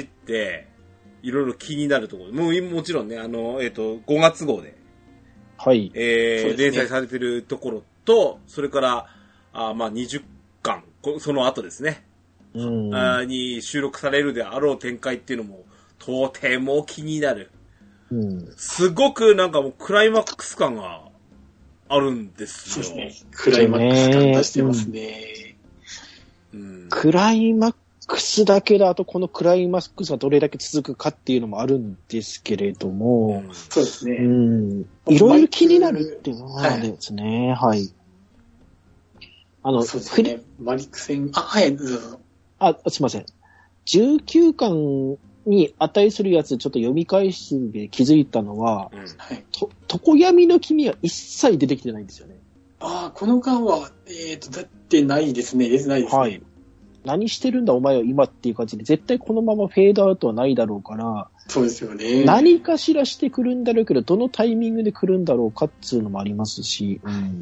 [SPEAKER 1] いろいろ気になるところ。もちろんね、5月号で、
[SPEAKER 2] はい。
[SPEAKER 1] 連載されてるところと、それから、20巻、その後ですね。に収録されるであろう展開っていうのも、とても気になる。すごくなんかもうクライマックス感があるんですよ。
[SPEAKER 3] そうですね。クライマックス感出してますね。
[SPEAKER 2] クライマックスだけだと、このクライマックスがどれだけ続くかっていうのもあるんですけれども、
[SPEAKER 3] そうですね。
[SPEAKER 2] いろいろ気になるっていうのはですね、はい。
[SPEAKER 3] そうですね。マリック戦、はい、どうぞ。
[SPEAKER 2] すいません。19巻に値するやつちょっと読み返して気づいたのは、常闇の君は一切出てきてないんですよね。
[SPEAKER 3] この巻は、出てないですね。出てないですね。はい。
[SPEAKER 2] 何してるんだお前は今っていう感じで、絶対このままフェードアウトはないだろうから、
[SPEAKER 3] そうですよね。
[SPEAKER 2] 何かしらしてくるんだろうけど、どのタイミングで来るんだろうかっていうのもありますし、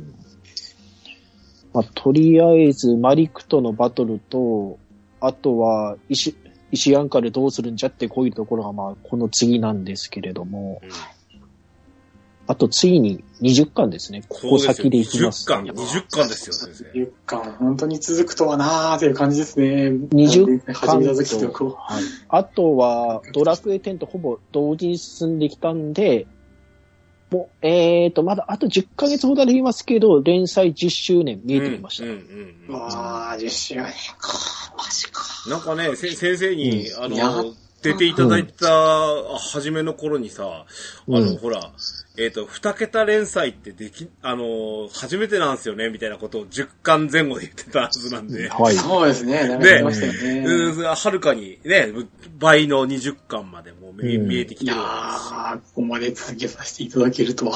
[SPEAKER 2] とりあえずマリクとのバトルと、あとは石アンカでどうするんじゃってこういうところがこの次なんですけれども、あと次に20巻ですね。ここ先でいきます、
[SPEAKER 1] ね。20巻ですよ、先生。
[SPEAKER 3] 20巻、本当に続くとはなーという感じですね。
[SPEAKER 2] 20巻
[SPEAKER 3] 始めた時と
[SPEAKER 2] はい。あとは、ドラクエ10とほぼ同時に進んできたんで、もう、まだあと10ヶ月ほどありますけど、連載10周年見えてきました。
[SPEAKER 3] 10周年か。マジか。
[SPEAKER 1] なんかね、先生に、出ていただいた初めの頃にさ、ほら、2桁連載って初めてなんですよね、みたいなことを10巻前後で言ってたはずなんで。
[SPEAKER 3] はい。そうですね、なんか言ってましたよね。
[SPEAKER 1] はるかにね、倍の20巻までも見えてきてるわけですし。
[SPEAKER 3] ここまで続けさせていただけるとは。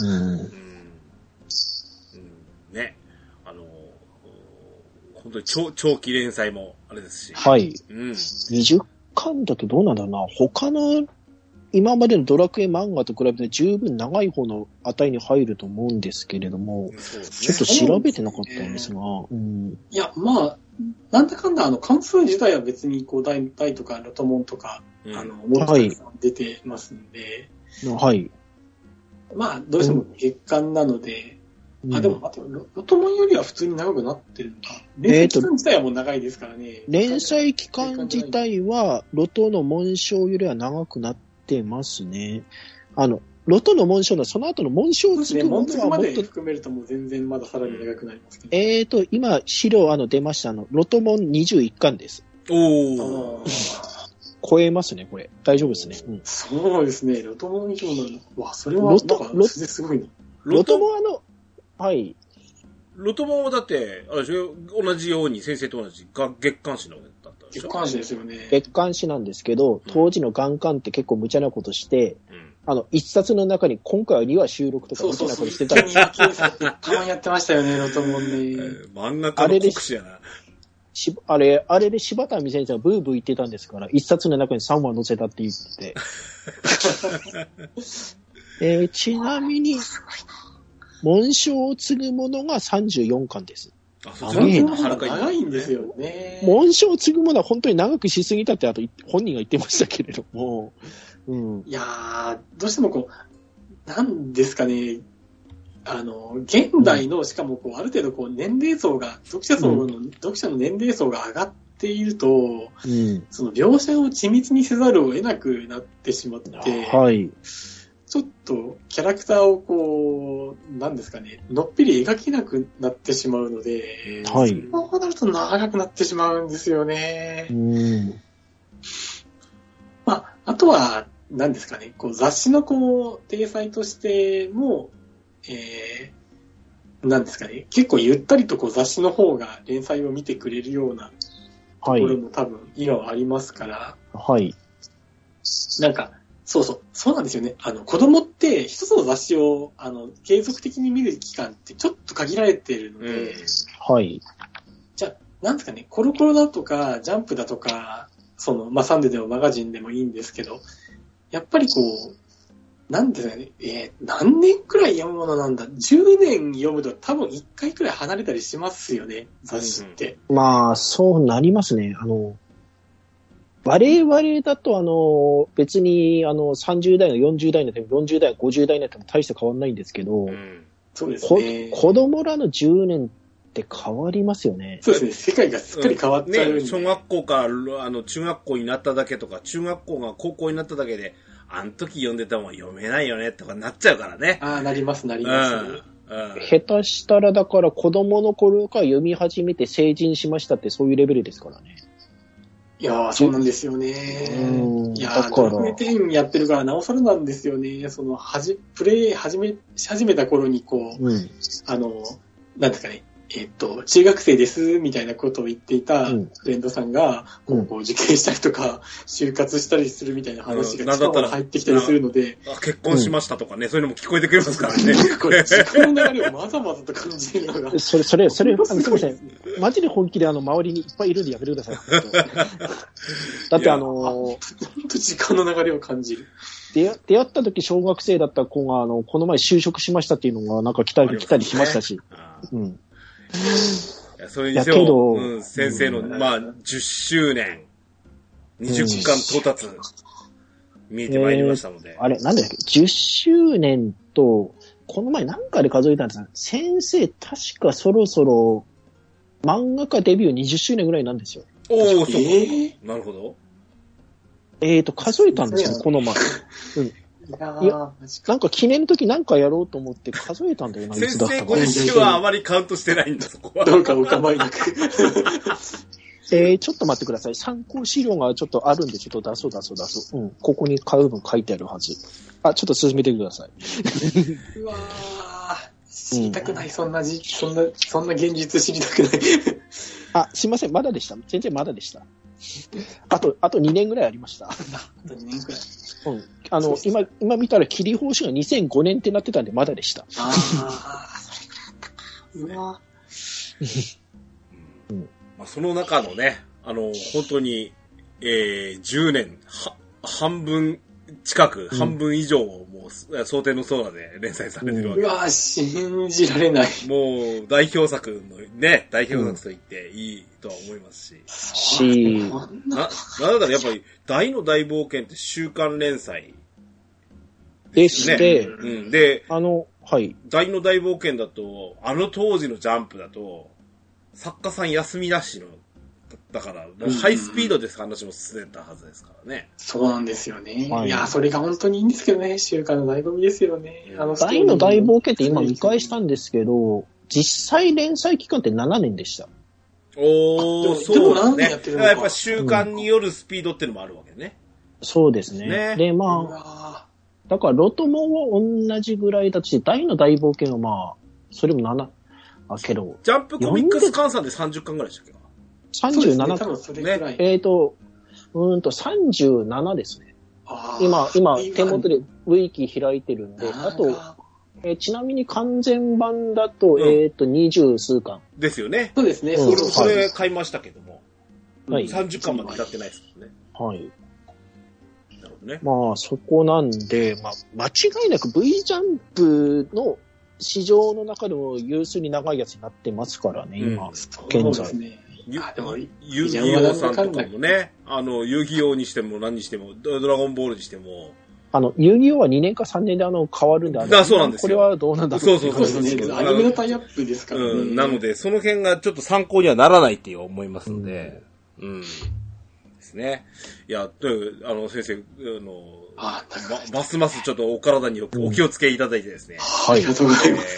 [SPEAKER 1] ね。本当に長期連載もあれですし。
[SPEAKER 2] はい。20巻だとどうなんだろうな。他の今までのドラクエ漫画と比べて十分長い方の値に入ると思うんですけれども、ちょっと調べてなかったんですが。
[SPEAKER 3] いや、なんだかんだ関数自体は別に大とかロトモンとか、もっと出てますんで、
[SPEAKER 2] はい。
[SPEAKER 3] どうしても月間なので、でも待って、ロトモンよりは普通に長くなってるのか。連載期間自体はもう長いですからね。
[SPEAKER 2] 連載期間自体は、ロトの紋章よりは長くなってますね。 ロトの紋章のその後の紋章をつくものは
[SPEAKER 3] もっと含めるともう全然まださらに長くなります
[SPEAKER 2] けど。今、資料出ました。ロト紋21巻です。
[SPEAKER 1] おー。
[SPEAKER 2] 超えますね、これ。大丈夫ですね。
[SPEAKER 3] うん、そうですね。ロト紋以上なの。わ、それは、すごいな。
[SPEAKER 2] ロト紋はい。
[SPEAKER 1] ロト紋はだって、同じように、先生と同じ月刊誌のだったでしょ？
[SPEAKER 3] 月刊誌ですよね。
[SPEAKER 2] 月刊誌なんですけど、当時の眼刊って結構無茶なことして、一冊の中に今回は2話収録とか無茶なことしてたんですよ。
[SPEAKER 3] たまにやってましたよね、ロト紋ね。
[SPEAKER 1] 漫画家の酷使やな。
[SPEAKER 2] あれで柴田美先生がブーブー言ってたんですから、一冊の中に3話載せたって言ってて。ちなみに、紋章を継ぐものが34巻です。
[SPEAKER 1] あ、そっちの方が
[SPEAKER 3] 長いんですよね。
[SPEAKER 2] 紋章を継ぐものは本当に長くしすぎたって本人が言ってましたけれども。
[SPEAKER 3] うん、いやー、どうしてもなんですかね、現代の、しかもある程度年齢層が、読者の年齢層が上がっていると、その描写を緻密にせざるを得なくなってしまって、
[SPEAKER 2] はい。
[SPEAKER 3] ちょっとキャラクターをなんですかね、のっぴり描けなくなってしまうので、
[SPEAKER 2] はい。
[SPEAKER 3] そうなると長くなってしまうんですよね。まあ、あとは、何ですかね、雑誌の体裁としても、なんですかね、結構ゆったりと雑誌の方が連載を見てくれるようなところも多分今はありますから、
[SPEAKER 2] はい。
[SPEAKER 3] なんか、そうなんですよね。子供って一つの雑誌を、継続的に見る期間ってちょっと限られているので、
[SPEAKER 2] はい。
[SPEAKER 3] じゃあ、なんですかね、コロコロだとか、ジャンプだとか、サンデーでもマガジンでもいいんですけど、やっぱりなんですかね、何年くらい読むものなんだ ?10 年読むと多分1回くらい離れたりしますよね、雑誌って。
[SPEAKER 2] まあ、そうなりますね。我々だと別に30代の40代になっても40代、50代になっても大して変わんないんですけど、
[SPEAKER 3] そうですね。
[SPEAKER 2] 子供らの10年って変わりますよね。
[SPEAKER 3] そうですね。世界がすっかり変わっちゃう、
[SPEAKER 1] ね。小学校から中学校になっただけとか、中学校が高校になっただけで、あの時読んでたもん読めないよねとかなっちゃうからね。
[SPEAKER 3] なります。
[SPEAKER 2] 下手したらだから子供の頃から読み始めて成人しましたってそういうレベルですからね。
[SPEAKER 3] いやー、そうなんですよね。いやー、ドラクエ10やってるからなおさらなんですよね。プレイし始めた頃になんですかね、中学生ですみたいなことを言っていたフレンドさんが、受験したりとか、就活したりするみたいな話が入ってきたりするので。
[SPEAKER 1] 結婚しましたとかね、そういうのも聞こえてくれますからね。
[SPEAKER 3] これ、時間の流れをまざまざと感じるのが。
[SPEAKER 2] それ、すみません。マジで本気で周りにいっぱいいるんでやめてください。だって
[SPEAKER 3] 本当時間の流れを感じる。
[SPEAKER 2] 出会った時小学生だった子が、この前就職しましたっていうのがなんか来たりしましたし。
[SPEAKER 1] それにせよ、先生の、10周年、20巻到達、見えてまいりましたので。
[SPEAKER 2] あれ、なんだっけ、10周年と、この前なんかで数えたんですが、先生確かそろそろ、漫画家デビュー20周年ぐらいなんですよ。
[SPEAKER 1] そうか。なるほど。
[SPEAKER 2] 数えたんですよ、この前。いや、なんか記念の時なんかやろうと思って数えたんだよな、
[SPEAKER 1] 先生ご自身はあまりカウントしてないんだ、そこは。
[SPEAKER 3] どうかお構いなく。
[SPEAKER 2] ちょっと待ってください。参考資料がちょっとあるんで、ちょっと出そう。ここに買う分書いてあるはず。ちょっと進めてください。
[SPEAKER 3] うわー、知りたくない、そんな現実知りたくない。
[SPEAKER 2] すいません、まだでした。全然まだでした。あと2年ぐらいありました。
[SPEAKER 3] あと2年くらい。
[SPEAKER 2] 今見たら、キリ法師が2005年ってなってたんで、まだでした。
[SPEAKER 3] それくらいだったか。うわ
[SPEAKER 1] その中のね、本当に、10年、半分近く、半分以上をもう、想定の空で連載されてるわけです。
[SPEAKER 3] うわ信じられない。
[SPEAKER 1] もう、代表作と言っていいとは思いますし。なんだったらやっぱり、大の大冒険って週刊連載
[SPEAKER 2] でして、
[SPEAKER 1] で、
[SPEAKER 2] はい。
[SPEAKER 1] 大の大冒険だと、当時のジャンプだと、作家さん休みなしのだから、もうハイスピードです話も進んでたはずですからね。
[SPEAKER 3] そうなんですよね。はい、いや、それが本当にいいんですけどね、週刊の醍醐味ですよね。
[SPEAKER 2] 大の大冒険って今見返したんですけど、実際連載期間って7年でした。
[SPEAKER 1] おー、そうなんですね。だからやっぱ週刊によるスピードっていうのもあるわけね。
[SPEAKER 2] そうですね。で、まあ、だからロトモは同じぐらいだし、大の大冒険はまあ、それも7、けど。
[SPEAKER 1] ジャンプコミックス換算で30巻ぐらいでしたっけ
[SPEAKER 2] 37巻。
[SPEAKER 3] ね、
[SPEAKER 2] 37ですね。今、手元でウィキ開いてるんで、あと、ちなみに完全版だと、20数巻。
[SPEAKER 1] ですよね。
[SPEAKER 3] そうですね。
[SPEAKER 1] それ買いましたけども。はい。30巻まで至ってないですもんね。
[SPEAKER 2] はい。
[SPEAKER 1] なるほどね。
[SPEAKER 2] まあ、そこなんで、まあ、間違いなく V ジャンプの市場の中でも有数に長いやつになってますからね、今、現在。
[SPEAKER 3] でも、
[SPEAKER 1] 遊戯王さんとかもね、遊戯王にしても何にしても、ドラゴンボールにしても、
[SPEAKER 2] 遊戯王は2年か3年で変わるんで、
[SPEAKER 1] そうなんですよ。
[SPEAKER 2] これはどうなんだろう。
[SPEAKER 3] そうですね。アニメのタイアップですからね。
[SPEAKER 1] なので、その辺がちょっと参考にはならないって思いますので、ですね。いや、先生、ますますちょっとお体にお気をつけいただいてですね。
[SPEAKER 3] はい、ありがとうございます。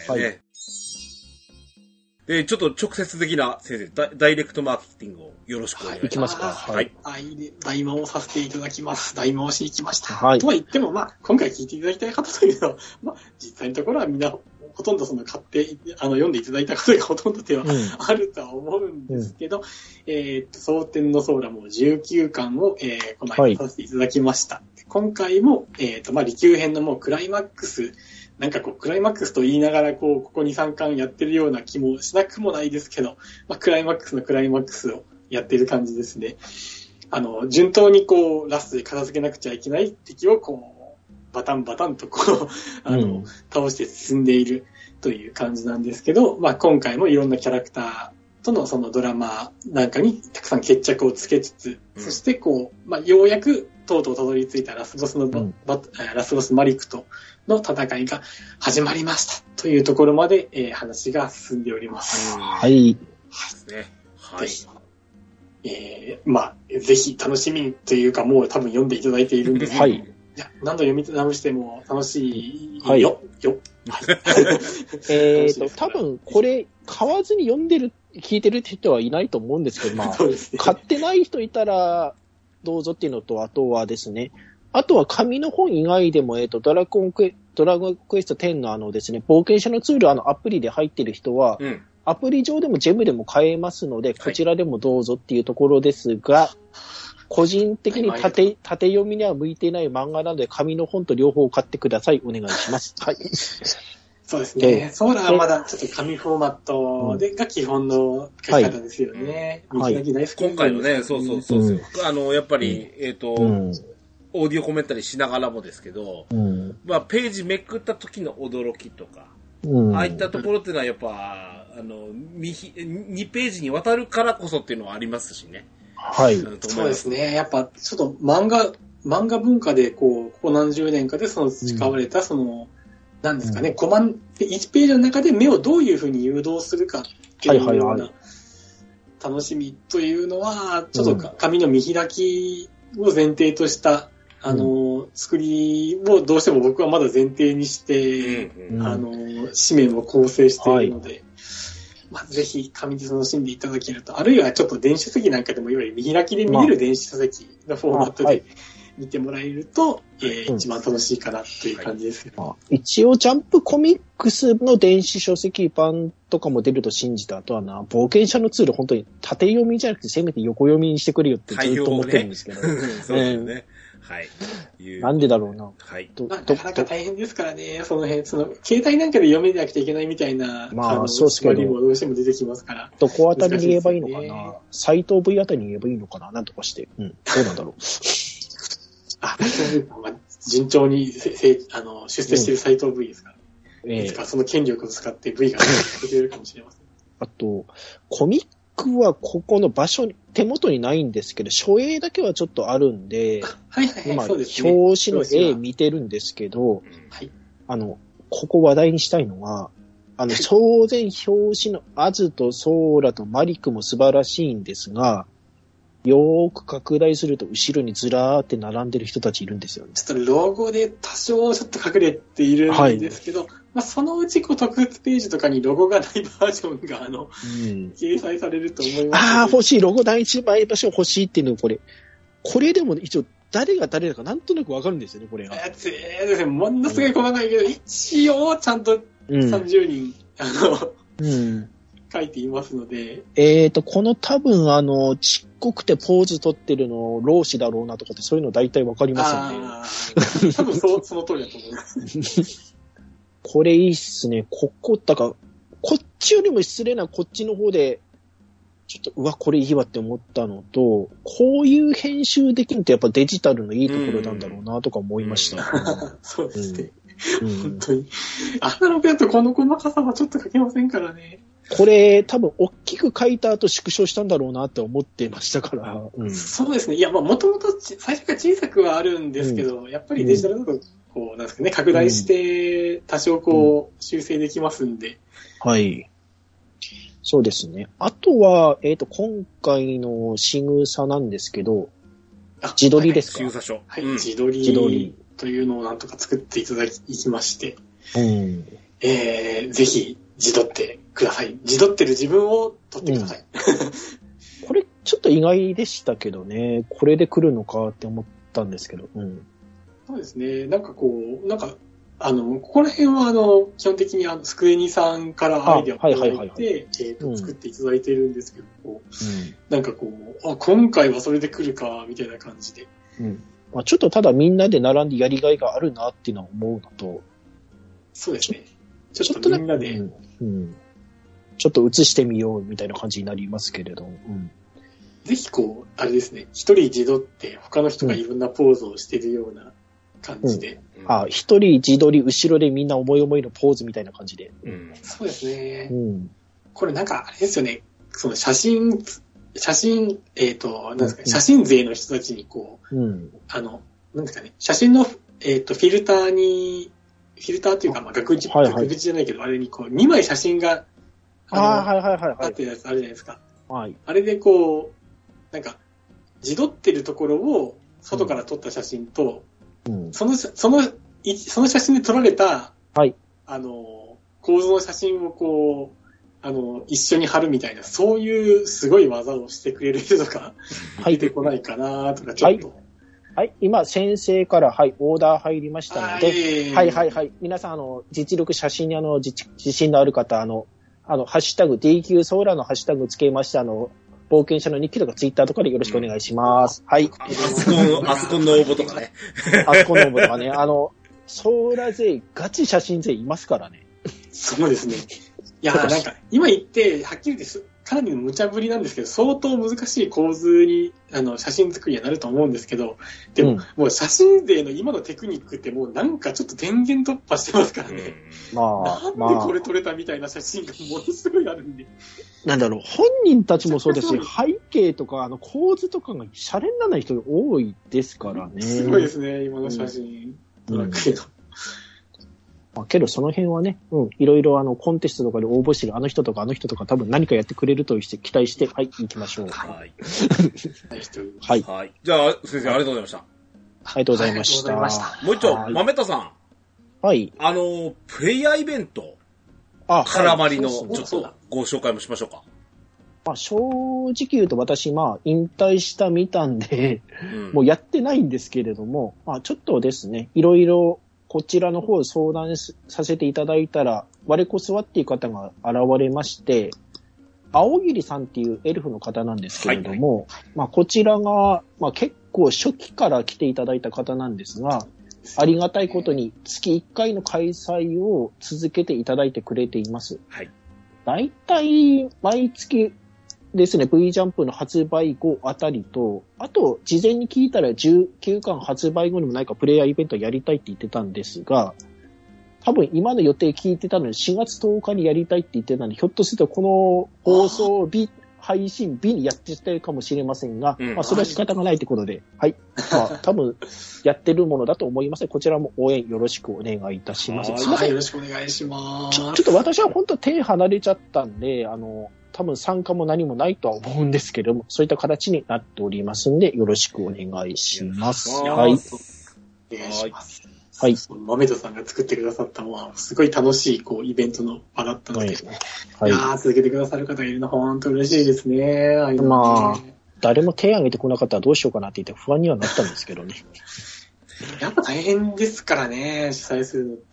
[SPEAKER 1] はい。で、ちょっと直接的な先生、ダイレクトマーケティングをよろしくお願いします。
[SPEAKER 2] いきますか。
[SPEAKER 3] はい。大魔をさせていただきます。大魔をしに来ました。はい。とは言っても、まあ、今回聞いていただきたい方というのは、まあ、実際のところはみんな、ほとんど買って、読んでいただいた方がほとんどではあるとは思うんですけど、蒼天のソーラも19巻を、この間させていただきました。今回も、まあ、利休編のもうクライマックス、なんかクライマックスと言いながらここ2、3巻やってるような気もしなくもないですけど、まあ、クライマックスのクライマックスをやってる感じですね。順当にラストで片付けなくちゃいけない敵をバタンバタンと倒して進んでいるという感じなんですけど、まあ、今回もいろんなキャラクターとのそのドラマなんかにたくさん決着をつけつつ、そしてまあ、ようやくとうとうたどり着いたラスボスマリクとの戦いが始まりましたというところまで、話が進んでおります。
[SPEAKER 2] はい。
[SPEAKER 1] ですね。はい。
[SPEAKER 3] まあ、ぜひ楽しみにというか、もう多分読んでいただいているんですけど、はい。いや、何度読み直しても楽しいよ。はい。よ。
[SPEAKER 2] 多分これ買わずに聞いてるって人はいないと思うんですけど、まあ、ね、買ってない人いたらどうぞっていうのと、あとはですね、あとは紙の本以外でも、ドラゴンクエスト10のですね、冒険者のツールアプリで入ってる人は、アプリ上でもジェムでも買えますので、こちらでもどうぞっていうところですが、個人的に縦読みには向いていない漫画なので、紙の本と両方買ってください。お願いします。はい。
[SPEAKER 3] そうですね。ソーラーはまだちょっと紙フォーマットが基本の書き方ですよね。はい。
[SPEAKER 1] 今回のね、そう。やっぱり、オーディオコメンタリーしながらもですけど、まあ、ページめくった時の驚きとか、ああいったところっていうのはやっぱ、2ページにわたるからこそっていうのはありますしね。
[SPEAKER 2] はい。
[SPEAKER 3] そうですね。やっぱ、ちょっと漫画文化で、ここ何十年かで培われた、なんですかね、1ページの中で目をどういうふうに誘導するかっていうような楽しみというのは、ちょっと紙の見開きを前提とした、作りをどうしても僕はまだ前提にして、紙面を構成しているので、まあ、ぜひ紙で楽しんでいただけると、あるいはちょっと電子書籍なんかでもいわゆる見開きで見える電子書籍のフォーマットで見てもらえると、一番楽しいかなという感じですけど、
[SPEAKER 2] 一応ジャンプコミックスの電子書籍版とかも出ると信じた後は冒険者のツール本当に縦読みじゃなくてせめて横読みにしてくれよってずっと思ってるんですけど。
[SPEAKER 1] そうですね。はい。
[SPEAKER 2] なんでだろうな。
[SPEAKER 1] はい。
[SPEAKER 3] なかなか大変ですからね、その辺、携帯なんかで読めなくちゃいけないみたいな、
[SPEAKER 2] そうですけど。
[SPEAKER 3] もどうしても出てきますから。
[SPEAKER 2] どこあたりに言えばいいのかな。サイト V あたりに言えばいいのかな、なんとかして。どうなんだろう。
[SPEAKER 3] 順調に出世しているサイト V ですから。いつかその権力を使って V が出てくれるかもしれません。
[SPEAKER 2] あと、コミックはここの場所に、手元にないんですけど、書影だけはちょっとあるんで、今、表紙の絵見てるんですけど、ここ話題にしたいのは、 当然表紙のアズとソーラとマリクも素晴らしいんですが、よーく拡大すると後ろにずらーって並んでる人たちいるんですよね。
[SPEAKER 3] ちょっとロゴで多少ちょっと隠れているんですけど、はい、まあそのうち特別ページとかにロゴがないバージョンが掲載されると思います。
[SPEAKER 2] 欲しい。ロゴ第一枚場所欲しいっていうのこれでも一応誰が誰だかなんとなくわかるんですよね、これが。
[SPEAKER 3] ですね。ものすごい細かいけど、一応ちゃんと30人、書いていますので。
[SPEAKER 2] この多分ちっこくてポーズ取ってるの、老子だろうなとかってそういうの大体わかりますよね。
[SPEAKER 3] 多分その通りだと思います。
[SPEAKER 2] これいいっすね。こっちよりも失礼なこっちの方で、ちょっと、これいいわって思ったのと、こういう編集できるとやっぱデジタルのいいところなんだろうなとか思いました。
[SPEAKER 3] そうですね。本当に。アナログだとこの細かさはちょっと書けませんからね。
[SPEAKER 2] これ多分大きく書いた後縮小したんだろうなって思ってましたから。
[SPEAKER 3] そうですね。いや、もともと最初から小さくはあるんですけど、やっぱりデジタルだと、なんですかね、拡大して多少修正できますんで。
[SPEAKER 2] はい。そうですね。あとは、今回の仕草なんですけど、自撮りですか？
[SPEAKER 1] 仕草書。
[SPEAKER 3] はい、自撮りというのをなんとか作っていただきまして、ぜひ自撮ってください。自撮ってる自分を撮ってください。
[SPEAKER 2] これちょっと意外でしたけどね。これで来るのかって思ったんですけど。
[SPEAKER 3] そうですね。ここら辺は基本的にスクエニさんからアイデアをいただいて、作っていただいてるんですけど、今回はそれで来るか、みたいな感じで。
[SPEAKER 2] ちょっとただみんなで並んでやりがいがあるなっていうのは思うのと。
[SPEAKER 3] そうですね。ちょっとみんなで。
[SPEAKER 2] ちょっと映してみようみたいな感じになりますけれど。
[SPEAKER 3] ぜひあれですね、一人自撮って他の人がいろんなポーズをしてるような感じで。
[SPEAKER 2] 一人自撮り、後ろでみんな思い思いのポーズみたいな感じで。
[SPEAKER 3] そうですね。これあれですよね、その写真、なんですかね、写真勢の人たちになんですかね、写真の、フィルターというか、額縁じゃないけど、あれに2枚写真が、あってるやつあるじゃないですか。あれで自撮ってるところを外から撮った写真と、その写真で撮られた、構図の写真を一緒に貼るみたいな、そういうすごい技をしてくれる人とか、出てこないかなとか、ちょっと。
[SPEAKER 2] 今、先生から、オーダー入りましたので、皆さん、実力写真に自信のある方、ハッシュタグ、DQ ソーラーのハッシュタグつけました、冒険者の日記とかツイッターとかでよろしくお願いします。
[SPEAKER 1] あそこの応募とかね。
[SPEAKER 2] あそこの応募とかね。ソーラー勢、ガチ写真勢いますからね。
[SPEAKER 3] そうですね。いや、今言って、はっきり言って、かなりの無茶ぶりなんですけど、相当難しい構図に、写真作りにはなると思うんですけど、でも、もう写真勢の今のテクニックってもうちょっと天元突破してますからね。なんでこれ撮れたみたいな写真がものすごいあるんで。
[SPEAKER 2] 本人たちもそうですし、背景とか、構図とかがシャレにならない人が多いですからね。
[SPEAKER 3] すごいですね、今の写真。
[SPEAKER 2] けどその辺はね、いろいろコンテストとかで応募してるあの人とか多分何かやってくれるとして期待して、行きましょう。
[SPEAKER 1] はい。
[SPEAKER 2] はい。
[SPEAKER 1] じゃあ、先生、ありがとうございました。
[SPEAKER 2] ありがとうございました。
[SPEAKER 1] もう一丁、豆田さん。
[SPEAKER 2] はい。
[SPEAKER 1] プレイヤーイベント。絡まりの、ちょっとご紹介もしましょうか。
[SPEAKER 2] 正直言うと私、引退したみたんで、もうやってないんですけれども、ちょっとですね、いろいろ、こちらの方を相談させていただいたら、我こそはっていう方が現れまして、青桐さんっていうエルフの方なんですけれども、こちらが、結構初期から来ていただいた方なんですが、ありがたいことに月1回の開催を続けていただいてくれています。だいたい毎月ですね、V ジャンプの発売後あたりと、あと、事前に聞いたら19巻発売後にも何かプレイヤーイベントやりたいって言ってたんですが、多分今の予定聞いてたのに4月10日にやりたいって言ってたので、ひょっとするとこの放送日配信日にやってたかもしれませんが、まあ、それは仕方がないということで、はい。まあ、多分、やってるものだと思います。こちらも応援よろしくお願いいたします。すいません。
[SPEAKER 3] よろしくお願いします。
[SPEAKER 2] ちょっと私は本当手離れちゃったんで、多分参加も何もないとは思うんですけども、そういった形になっておりますんで、よろしくお願いします。はい。お願い
[SPEAKER 3] します。
[SPEAKER 2] はい。
[SPEAKER 3] 豆戸さんが作ってくださったすごい楽しい、イベントの場だったので、はい。いやー、続けてくださる方がいるの、本当嬉しいですね。
[SPEAKER 2] まあ、誰も手を挙げてこなかったらどうしようかなって言って不安にはなったんですけどね。
[SPEAKER 3] やっぱ大変ですからね、主催するのって。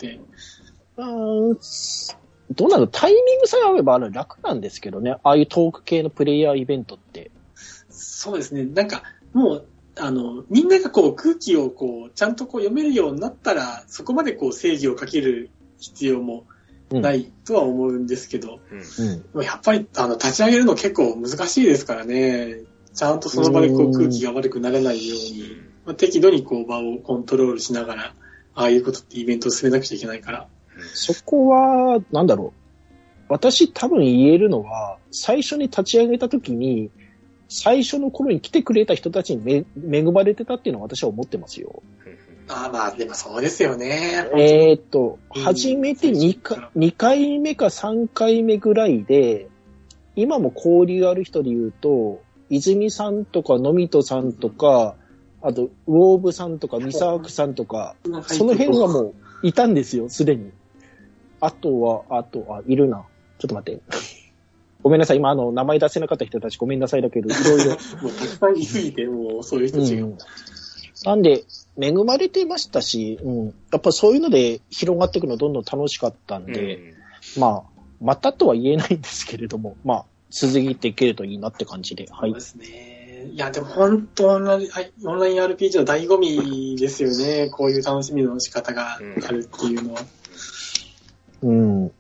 [SPEAKER 2] どうなの？タイミングさえ合えば楽なんですけどね。ああいうトーク系のプレイヤーイベントって。
[SPEAKER 3] そうですね。なんか、もう、みんなが空気をちゃんと読めるようになったら、そこまで正義をかける必要もないとは思うんですけど、やっぱり立ち上げるの結構難しいですからね。ちゃんとその場で空気が悪くならないように、適度に場をコントロールしながら、ああいうことってイベントを進めなくちゃいけないから。
[SPEAKER 2] そこは、なんだろう。私多分言えるのは、最初に立ち上げた時に、最初の頃に来てくれた人たちに恵まれてたっていうのは私は思ってますよ。
[SPEAKER 3] まあ、でもそうですよね。
[SPEAKER 2] 初めて2回目か3回目ぐらいで、今も交流ある人で言うと、泉さんとか野人さんとか、あと、ウォーブさんとかミサークさんとか、その辺はもういたんですよ、すでに。あとは、いるな。ちょっと待って。ごめんなさい。今、名前出せなかった人たちごめんなさいだけど、いろいろ。
[SPEAKER 3] もうたくさんいすぎて、もうそういう人たちが。
[SPEAKER 2] なんで、恵まれてましたし、やっぱそういうので広がっていくのどんどん楽しかったんで、まあ、またとは言えないんですけれども、まあ、続いていけるといいなって感じで。はい。
[SPEAKER 3] そうですね。いや、でも本当オンライン RPG の醍醐味ですよね。こういう楽しみの仕方があるっていうのは。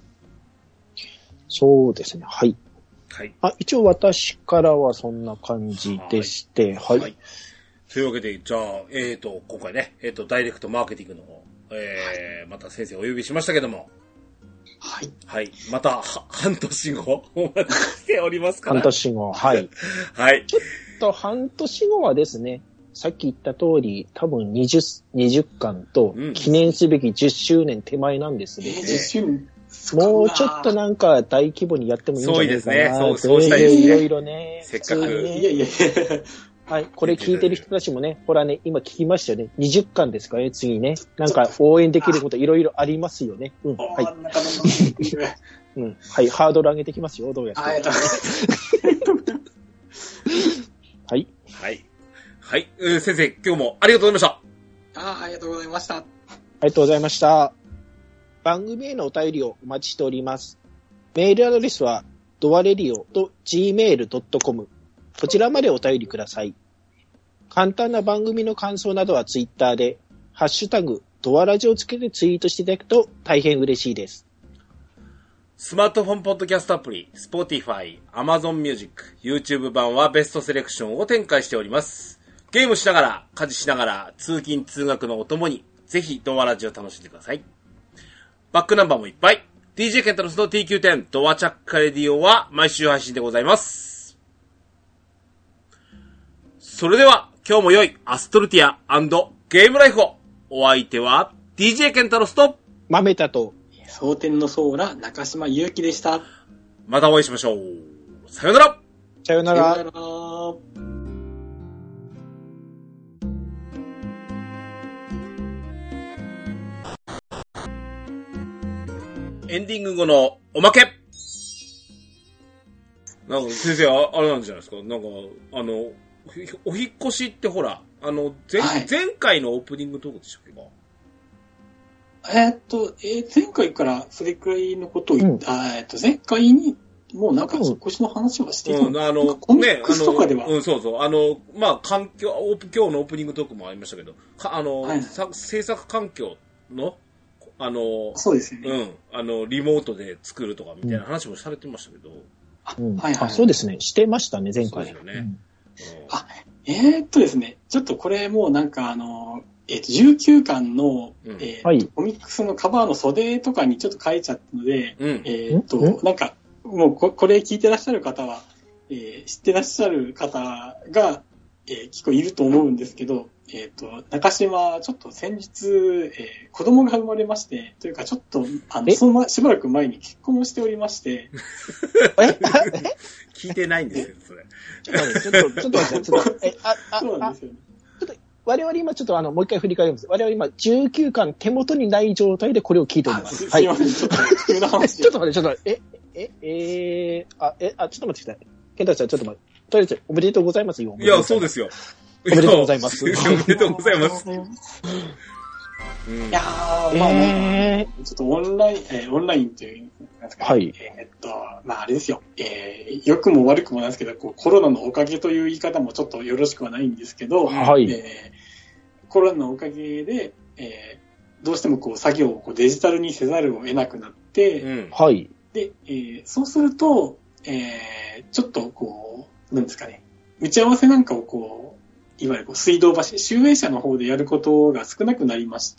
[SPEAKER 3] そうですね。はい。
[SPEAKER 1] はい。
[SPEAKER 3] 一応私からはそんな感じでして、はい。はい。
[SPEAKER 1] というわけで、じゃあ、今回ね、ダイレクトマーケティングの方、また先生お呼びしましたけども。
[SPEAKER 3] はい。
[SPEAKER 1] はい。また、半年後、お待ちしておりますから。
[SPEAKER 2] 半年後、はい。
[SPEAKER 1] はい。
[SPEAKER 2] ちょっと半年後はですね、さっき言った通り、多分20巻と、記念すべき10周年手前なんですね。
[SPEAKER 3] 10周年
[SPEAKER 2] もうちょっとなんか大規模にやってもいいんじゃないかな。
[SPEAKER 1] そうですね。そうしたいですね。
[SPEAKER 2] いろいろね。
[SPEAKER 1] せっかく。
[SPEAKER 3] いや。
[SPEAKER 2] はい。これ聞いてる人たちもね、ほらね、今聞きましたよね。20巻ですかね、次ね。なんか応援できることいろいろありますよね。はい。はい。ハードル上げてきますよ、どうやって。はい。
[SPEAKER 1] はい。はい。先生、今日もありがとうございました。
[SPEAKER 3] ありがとうございました。
[SPEAKER 2] ありがとうございました。番組へのお便りをお待ちしております。メールアドレスは、doaradio.gmail.com。こちらまでお便りください。簡単な番組の感想などはツイッターで、ハッシュタグ、ドアラジをつけてツイートしていただくと大変嬉しいです。
[SPEAKER 1] スマートフォンポッドキャストアプリ、Spotify、Amazon Music、YouTube 版はベストセレクションを展開しております。ゲームしながら、家事しながら、通勤通学のお供に、ぜひドアラジを楽しんでください。バックナンバーもいっぱい。DJ ケンタロスの TQ10 ドアチャッカレディオは毎週配信でございます。それでは今日も良いアストルティア&ゲームライフを。お相手は DJ ケンタロスと
[SPEAKER 2] 豆田と
[SPEAKER 3] 蒼天のソーラ中島祐希でした。
[SPEAKER 1] またお会いしましょう。さよなら。
[SPEAKER 2] さよなら。
[SPEAKER 3] さよなら。
[SPEAKER 1] エンディング後のおまけ。なんか先生あれなんじゃないですか。なんかお引っ越しってほら前回のオープニングトークでしたっけか。
[SPEAKER 3] 前回からそれくらいのことを言った、前回にもうなんか引っ越しの話はしていたの、コミックスとかでは、
[SPEAKER 1] そうそうまあ環境今日のオープニングトークもありましたけど、制作環境の
[SPEAKER 3] そうですよね。
[SPEAKER 1] リモートで作るとかみたいな話もされてましたけど。
[SPEAKER 2] そうですね。してましたね、前回。
[SPEAKER 1] そうですよね。
[SPEAKER 3] ですね、ちょっとこれもうなんか19巻の、コミックスのカバーの袖とかにちょっと書いちゃったので、なんか、もうこれ聞いてらっしゃる方は、 知ってらっしゃる方が、結構いると思うんですけど、中島、ちょっと先日、子供が生まれまして、というかちょっと、しばらく前に結婚をしておりまして。
[SPEAKER 1] 聞いてないんですよ、それ。
[SPEAKER 2] ちょっと待って、そうなんですよね。我々今ちょっともう一回振り返ります。我々今19巻手元にない状態でこれを聞いております。
[SPEAKER 3] すいません、ちょっと急な話で。
[SPEAKER 2] ちょっと待って、ちょっと待って、ちょっと待ってください。健太さん、ちょっと待って。とりあえず、おめでとうございますよ。
[SPEAKER 1] いや、そうですよ。
[SPEAKER 2] おめでとうございます。
[SPEAKER 1] おめでとうございます。い
[SPEAKER 3] やー、まあ、ちょっとオンラインという、なんですか、
[SPEAKER 2] はい。
[SPEAKER 3] まああれですよ。良くも悪くもなんですけど、コロナのおかげという言い方もちょっとよろしくはないんですけど、
[SPEAKER 2] はい。
[SPEAKER 3] コロナのおかげで、どうしても作業をデジタルにせざるを得なくなって、
[SPEAKER 2] はい。
[SPEAKER 3] で、そうすると、ちょっとなんですかね、打ち合わせなんかをいわゆる水道橋、集英社の方でやることが少なくなりまして、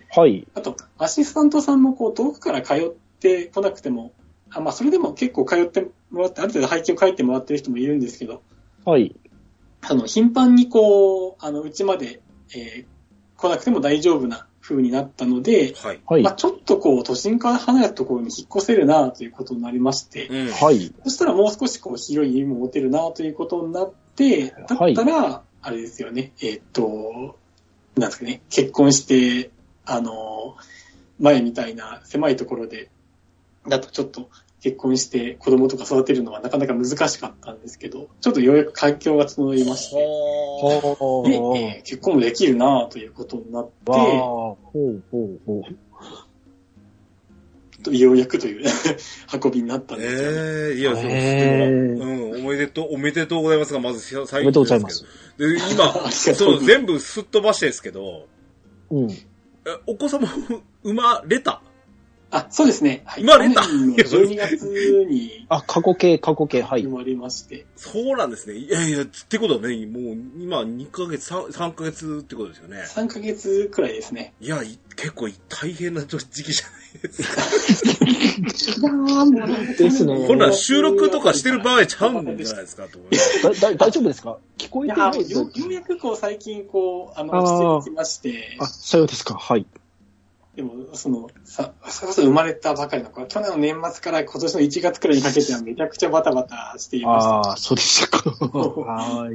[SPEAKER 2] はい。
[SPEAKER 3] あと、アシスタントさんも遠くから通ってこなくても、まあ、それでも結構通ってもらって、ある程度背景を書いてもらってる人もいるんですけど、
[SPEAKER 2] はい。
[SPEAKER 3] 頻繁にうちまで、来なくても大丈夫な風になったので、
[SPEAKER 2] はい。
[SPEAKER 3] まあ、ちょっと都心から離れたところに引っ越せるなということになりまして、
[SPEAKER 2] はい。
[SPEAKER 3] そしたらもう少し広い家も持てるなということになって、だったら、あれですよね、なんですかね、結婚して、前みたいな狭いところで、だとちょっと結婚して子供とか育てるのはなかなか難しかったんですけど、ちょっとようやく環境が整いまして、で、結婚もできるなということになって、ようやくという運びになったんですよね。
[SPEAKER 1] いや、そうです。おめでとうございますが、まず最初
[SPEAKER 2] おめでとうございます。
[SPEAKER 1] で、今、そう全部すっ飛ばしてですけど、お子様生まれた？
[SPEAKER 3] そうですね。
[SPEAKER 1] 生まれた
[SPEAKER 3] ！12月に。
[SPEAKER 2] 過去形、はい。
[SPEAKER 3] 生まれまして。
[SPEAKER 1] そうなんですね。いや、ってことはね、もう今2ヶ月、3ヶ月ってことですよね。
[SPEAKER 3] 3ヶ月くらいですね。
[SPEAKER 1] いや、結構大変な時期じゃないですか。
[SPEAKER 2] ですね。
[SPEAKER 1] ほら、収録とかしてる場合ちゃうんじゃないですかと思います。
[SPEAKER 2] 大丈夫ですか？聞こえてないですか？
[SPEAKER 3] ようやく最近してきまして。
[SPEAKER 2] そうですか。はい。
[SPEAKER 3] でも、それこそ生まれたばかりの子は、去年の年末から今年の1月くらいにかけてはめちゃくちゃバタバタしていました。
[SPEAKER 2] そうでしたか。はい。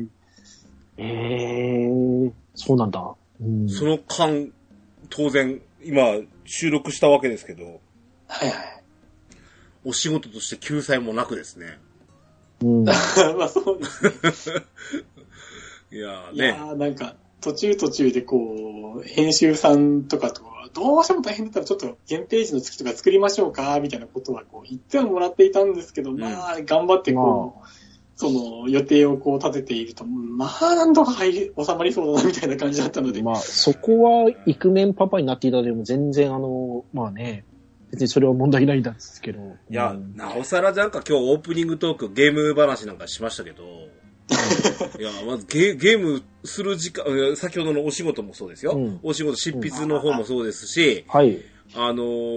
[SPEAKER 2] そうなんだ。
[SPEAKER 1] その間、当然、今、収録したわけですけど、
[SPEAKER 3] はいはい。
[SPEAKER 1] お仕事として救済もなくですね。
[SPEAKER 3] まあそうですね。
[SPEAKER 1] いや
[SPEAKER 3] なんか、途中で編集さんとかと、どうしても大変だったらちょっと原ページの月とか作りましょうかみたいなことは言ってはもらっていたんですけど、まあ頑張ってその予定を立てていると、まあなんとか収まりそうだなみたいな感じだったので。
[SPEAKER 2] まあそこはイクメンパパになっていただいても全然まあね、別にそれは問題ないんですけど。
[SPEAKER 1] いや、なおさらなんか今日オープニングトークゲーム話なんかしましたけど、いや、まずゲームする時間、先ほどのお仕事もそうですよ。お仕事執筆の方もそうですし、
[SPEAKER 2] はい。
[SPEAKER 1] そ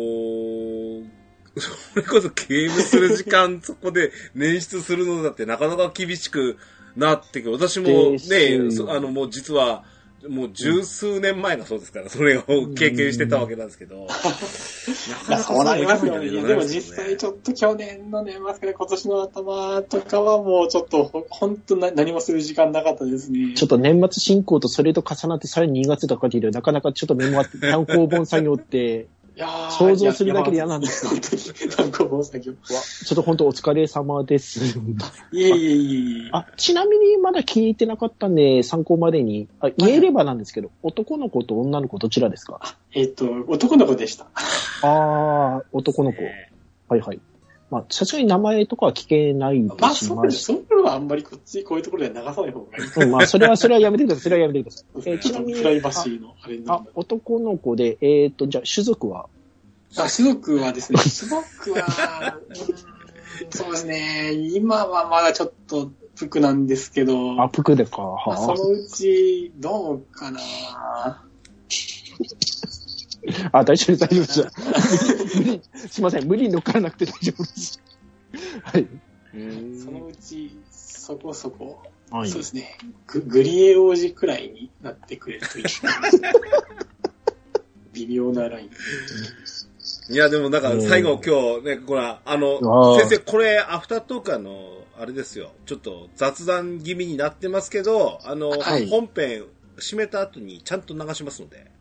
[SPEAKER 1] れこそゲームする時間そこで捻出するのだってなかなか厳しくなってくる。私もね、もう実は、もう十数年前がそうですから、それを経験してたわけなんですけど。
[SPEAKER 3] なかなかそうなりますよね。でも実際ちょっと去年の年末から今年の頭とかはもうちょっと本当何もする時間なかったですね。
[SPEAKER 2] ちょっと年末進行とそれと重なってさらに2月とかでなかなかちょっとメモ単行本作業って、想像するだけで嫌なんです
[SPEAKER 3] けど。単行本作業。
[SPEAKER 2] ちょっと本当お疲れ様です。
[SPEAKER 3] いえ。
[SPEAKER 2] ちなみにまだ聞いてなかったんで、参考までに。言えればなんですけど、男の子と女の子どちらですか？
[SPEAKER 3] 男の子でした。
[SPEAKER 2] 男の子。はいはい。まあ、さすがに名前とかは聞けないですし。
[SPEAKER 3] まあ、そういうのはあんまりこういうところでは流さない方がいい。
[SPEAKER 2] まあ、それはやめてください。ちなみに、
[SPEAKER 3] プライバシーのあれになる。
[SPEAKER 2] 男の子で、じゃあ、種族は？
[SPEAKER 3] 種族はですね、そうですね、今はまだちょっと、プクなんですけど。
[SPEAKER 2] プクでか。
[SPEAKER 3] そのうち、どうかな
[SPEAKER 2] 大丈夫です。すいません、無理に乗っからなくて大丈夫です。はい。
[SPEAKER 3] そのうち、 そこそこ、
[SPEAKER 2] はい、
[SPEAKER 3] そうですね。グリエ王子くらいになってくれるといい。微妙なライン。
[SPEAKER 1] いや、でもなんか最後今日ね、これ先生、これアフタートークあれですよ。ちょっと雑談気味になってますけど、はい、本編締めた後にちゃんと流しますので。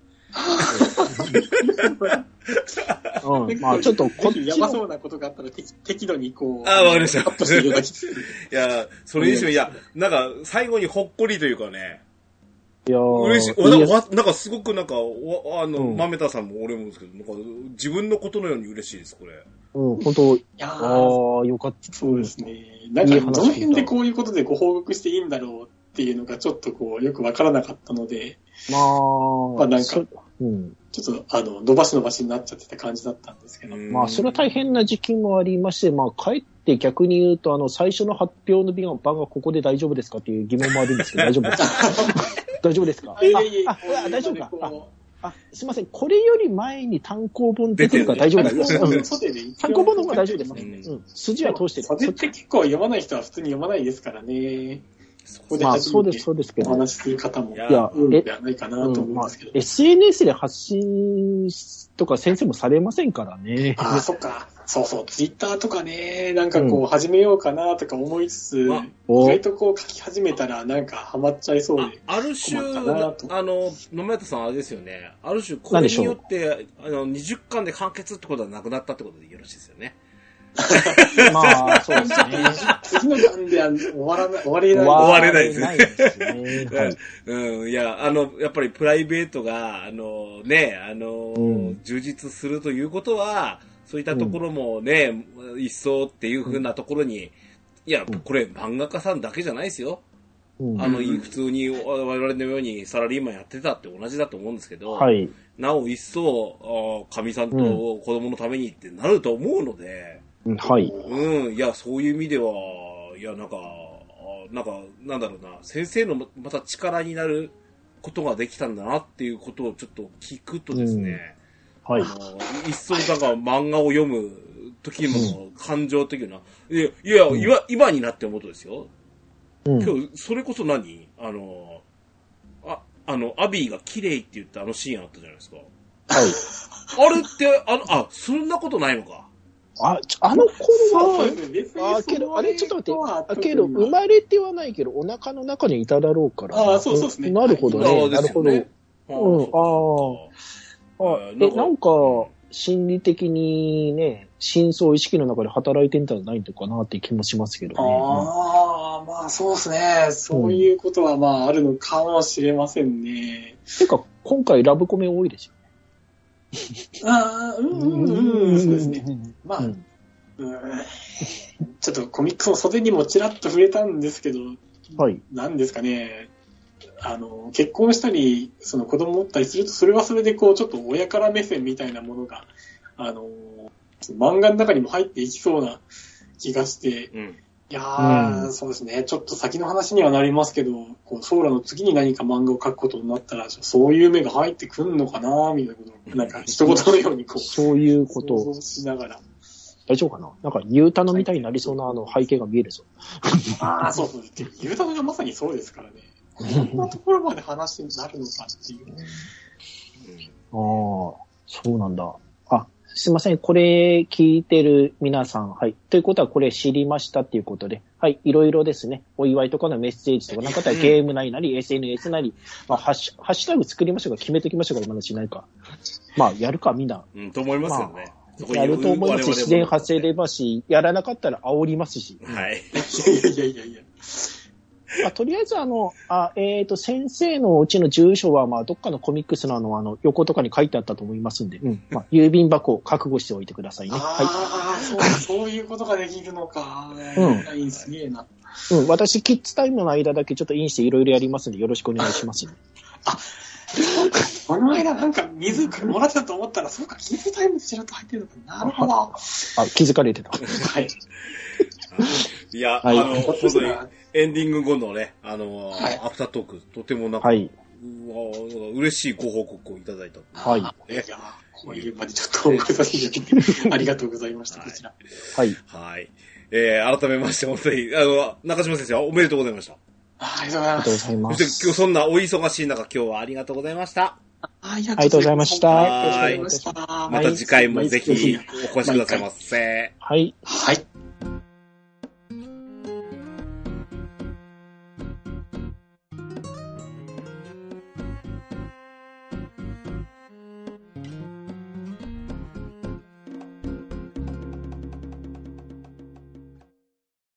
[SPEAKER 2] まあちょっとこっち
[SPEAKER 3] やばそうなことがあったら適度にこう。
[SPEAKER 1] わかりました。
[SPEAKER 3] カットしていただきつつ。
[SPEAKER 1] いや、それにしても、いや、なんか最後にほっこりというかね。
[SPEAKER 2] いや
[SPEAKER 1] 嬉しい。なんかすごくなんか、豆田さんも俺もですけど、なんか自分のことのように嬉しいです、これ。
[SPEAKER 2] 本当。よかった。
[SPEAKER 3] そうですね。なんか、どの辺でこういうことでご報告していいんだろうっていうのがちょっとこう、よくわからなかったので、まあなんか、ちょっと、伸ばしになっちゃってた感じだったんですけど。
[SPEAKER 2] まあ、それは大変な時期もありまして、まあ、かえって逆に言うと、最初の発表の番がここで大丈夫ですかっていう疑問もあるんですけど、大丈夫ですか大丈夫ですか大丈夫かすいません。これより前に単行本出てるから大丈夫です。単行本の方が大丈夫ですね。筋は通してる。
[SPEAKER 3] それって結構読まない人は普通に読まないですからね。
[SPEAKER 2] まあ、そうですけど。
[SPEAKER 3] お話しする方も、多いんではないかなと思いますけど。
[SPEAKER 2] SNS で発信とか先生もされませんからね。
[SPEAKER 3] そっか。そう、ツイッターとかね、なんかこう、始めようかなとか思いつつ、意外とこう書き始めたらなんかハマっちゃいそうで。
[SPEAKER 1] ある種、野村田さんあれですよね。ある種、これによって、20巻で完結ってことはなくなったってことでよろしいですよね。
[SPEAKER 2] まあ、そうですね。
[SPEAKER 3] 次の巻では終われ
[SPEAKER 1] ないですね。いや、やっぱりプライベートが、充実するということは、そういったところもね、一層っていう風なところに、いや、これ漫画家さんだけじゃないですよ。普通に我々のようにサラリーマンやってたって同じだと思うんですけど、
[SPEAKER 2] はい、
[SPEAKER 1] なお一層、神さんと子供のためにってなると思うので、
[SPEAKER 2] はい。
[SPEAKER 1] いや、そういう意味では、いや、なんだろうな、先生のまた力になることができたんだなっていうことをちょっと聞くとですね、
[SPEAKER 2] はい。
[SPEAKER 1] 一層だから漫画を読む時の感情的な、今になって思うとですよ。今日、それこそアビーが綺麗って言ったシーンあったじゃないですか。
[SPEAKER 2] はい。
[SPEAKER 1] あれって、そんなことないのか。
[SPEAKER 2] あの頃は、けど、あれちょっと待って、けど、生まれてはないけど、お腹の中にいただろうから。
[SPEAKER 3] そうですね。
[SPEAKER 2] なるほどね。なるほど。なんか、心理的にね、深層意識の中で働いてんじゃないのかなって気もしますけどね。
[SPEAKER 3] まあそうですね。そういうことはまああるのかもしれませんね。
[SPEAKER 2] てか、今回ラブコメ多いですよね。
[SPEAKER 3] そうですね。まあ、ちょっとコミックスの袖にもちらっと触れたんですけど、
[SPEAKER 2] はい。
[SPEAKER 3] なんですかね、結婚したり、その子供を持ったりすると、それはそれでこう、ちょっと親から目線みたいなものが、漫画の中にも入っていきそうな気がして、いやー、そうですね。ちょっと先の話にはなりますけど、こうソーラの次に何か漫画を描くことになったら、そういう目が入ってくるのかなみたいなことを、なんか一言のようにこう、
[SPEAKER 2] そういうことを
[SPEAKER 3] 想像しながら。
[SPEAKER 2] 大丈夫かななんか、ゆうたのみたいになりそうな背景が見えるぞ。
[SPEAKER 3] そう。ゆうたのがまさにそうですからね。こんなところまで話になるのかっていう。
[SPEAKER 2] そうなんだ。すいません。これ聞いてる皆さん。はい。ということはこれ知りましたっていうことで。はい。いろいろですね。お祝いとかのメッセージとか、なんかゲームなりなり、SNS なり、ハッシュタグ作りましょうか、決めときましょうか、今のしないか。やるか、みんな。
[SPEAKER 1] と思いますよね。
[SPEAKER 2] やると思いますし、自然発生でますし、やらなかったら煽りますし。
[SPEAKER 1] はい。
[SPEAKER 3] いや。
[SPEAKER 2] とりあえず先生のうちの住所は、どっかのコミックスの横とかに書いてあったと思いますんで、郵便箱を覚悟しておいてくださいね。
[SPEAKER 3] そういうことができるのか。すげえな。
[SPEAKER 2] 私、キッズタイムの間だけちょっとインしていろいろやりますんで、よろしくお願いしますね。
[SPEAKER 3] この間なんか水もらってたと思ったら、そうか、キッズタイムでちらっと入ってるのか。なるほど。
[SPEAKER 2] 気づかれてた。
[SPEAKER 3] はい。
[SPEAKER 1] いや、本当にエンディング後のね、アフタートーク、とてもなんか、嬉しいご報告をいただいた。
[SPEAKER 2] はい。
[SPEAKER 3] いや、こういう場にちょっとごさせていただきありがとうございました、こちら。
[SPEAKER 2] はい。
[SPEAKER 1] はい。 改めまして、本当に、中島先生、おめでとうございました。
[SPEAKER 3] ありがとうございます。
[SPEAKER 1] そして今日そんなお忙しい中、今日はありがとうございました。
[SPEAKER 2] ありがとうございました。
[SPEAKER 1] また次回もぜひお越しくださいませ。
[SPEAKER 2] はい。
[SPEAKER 3] はい。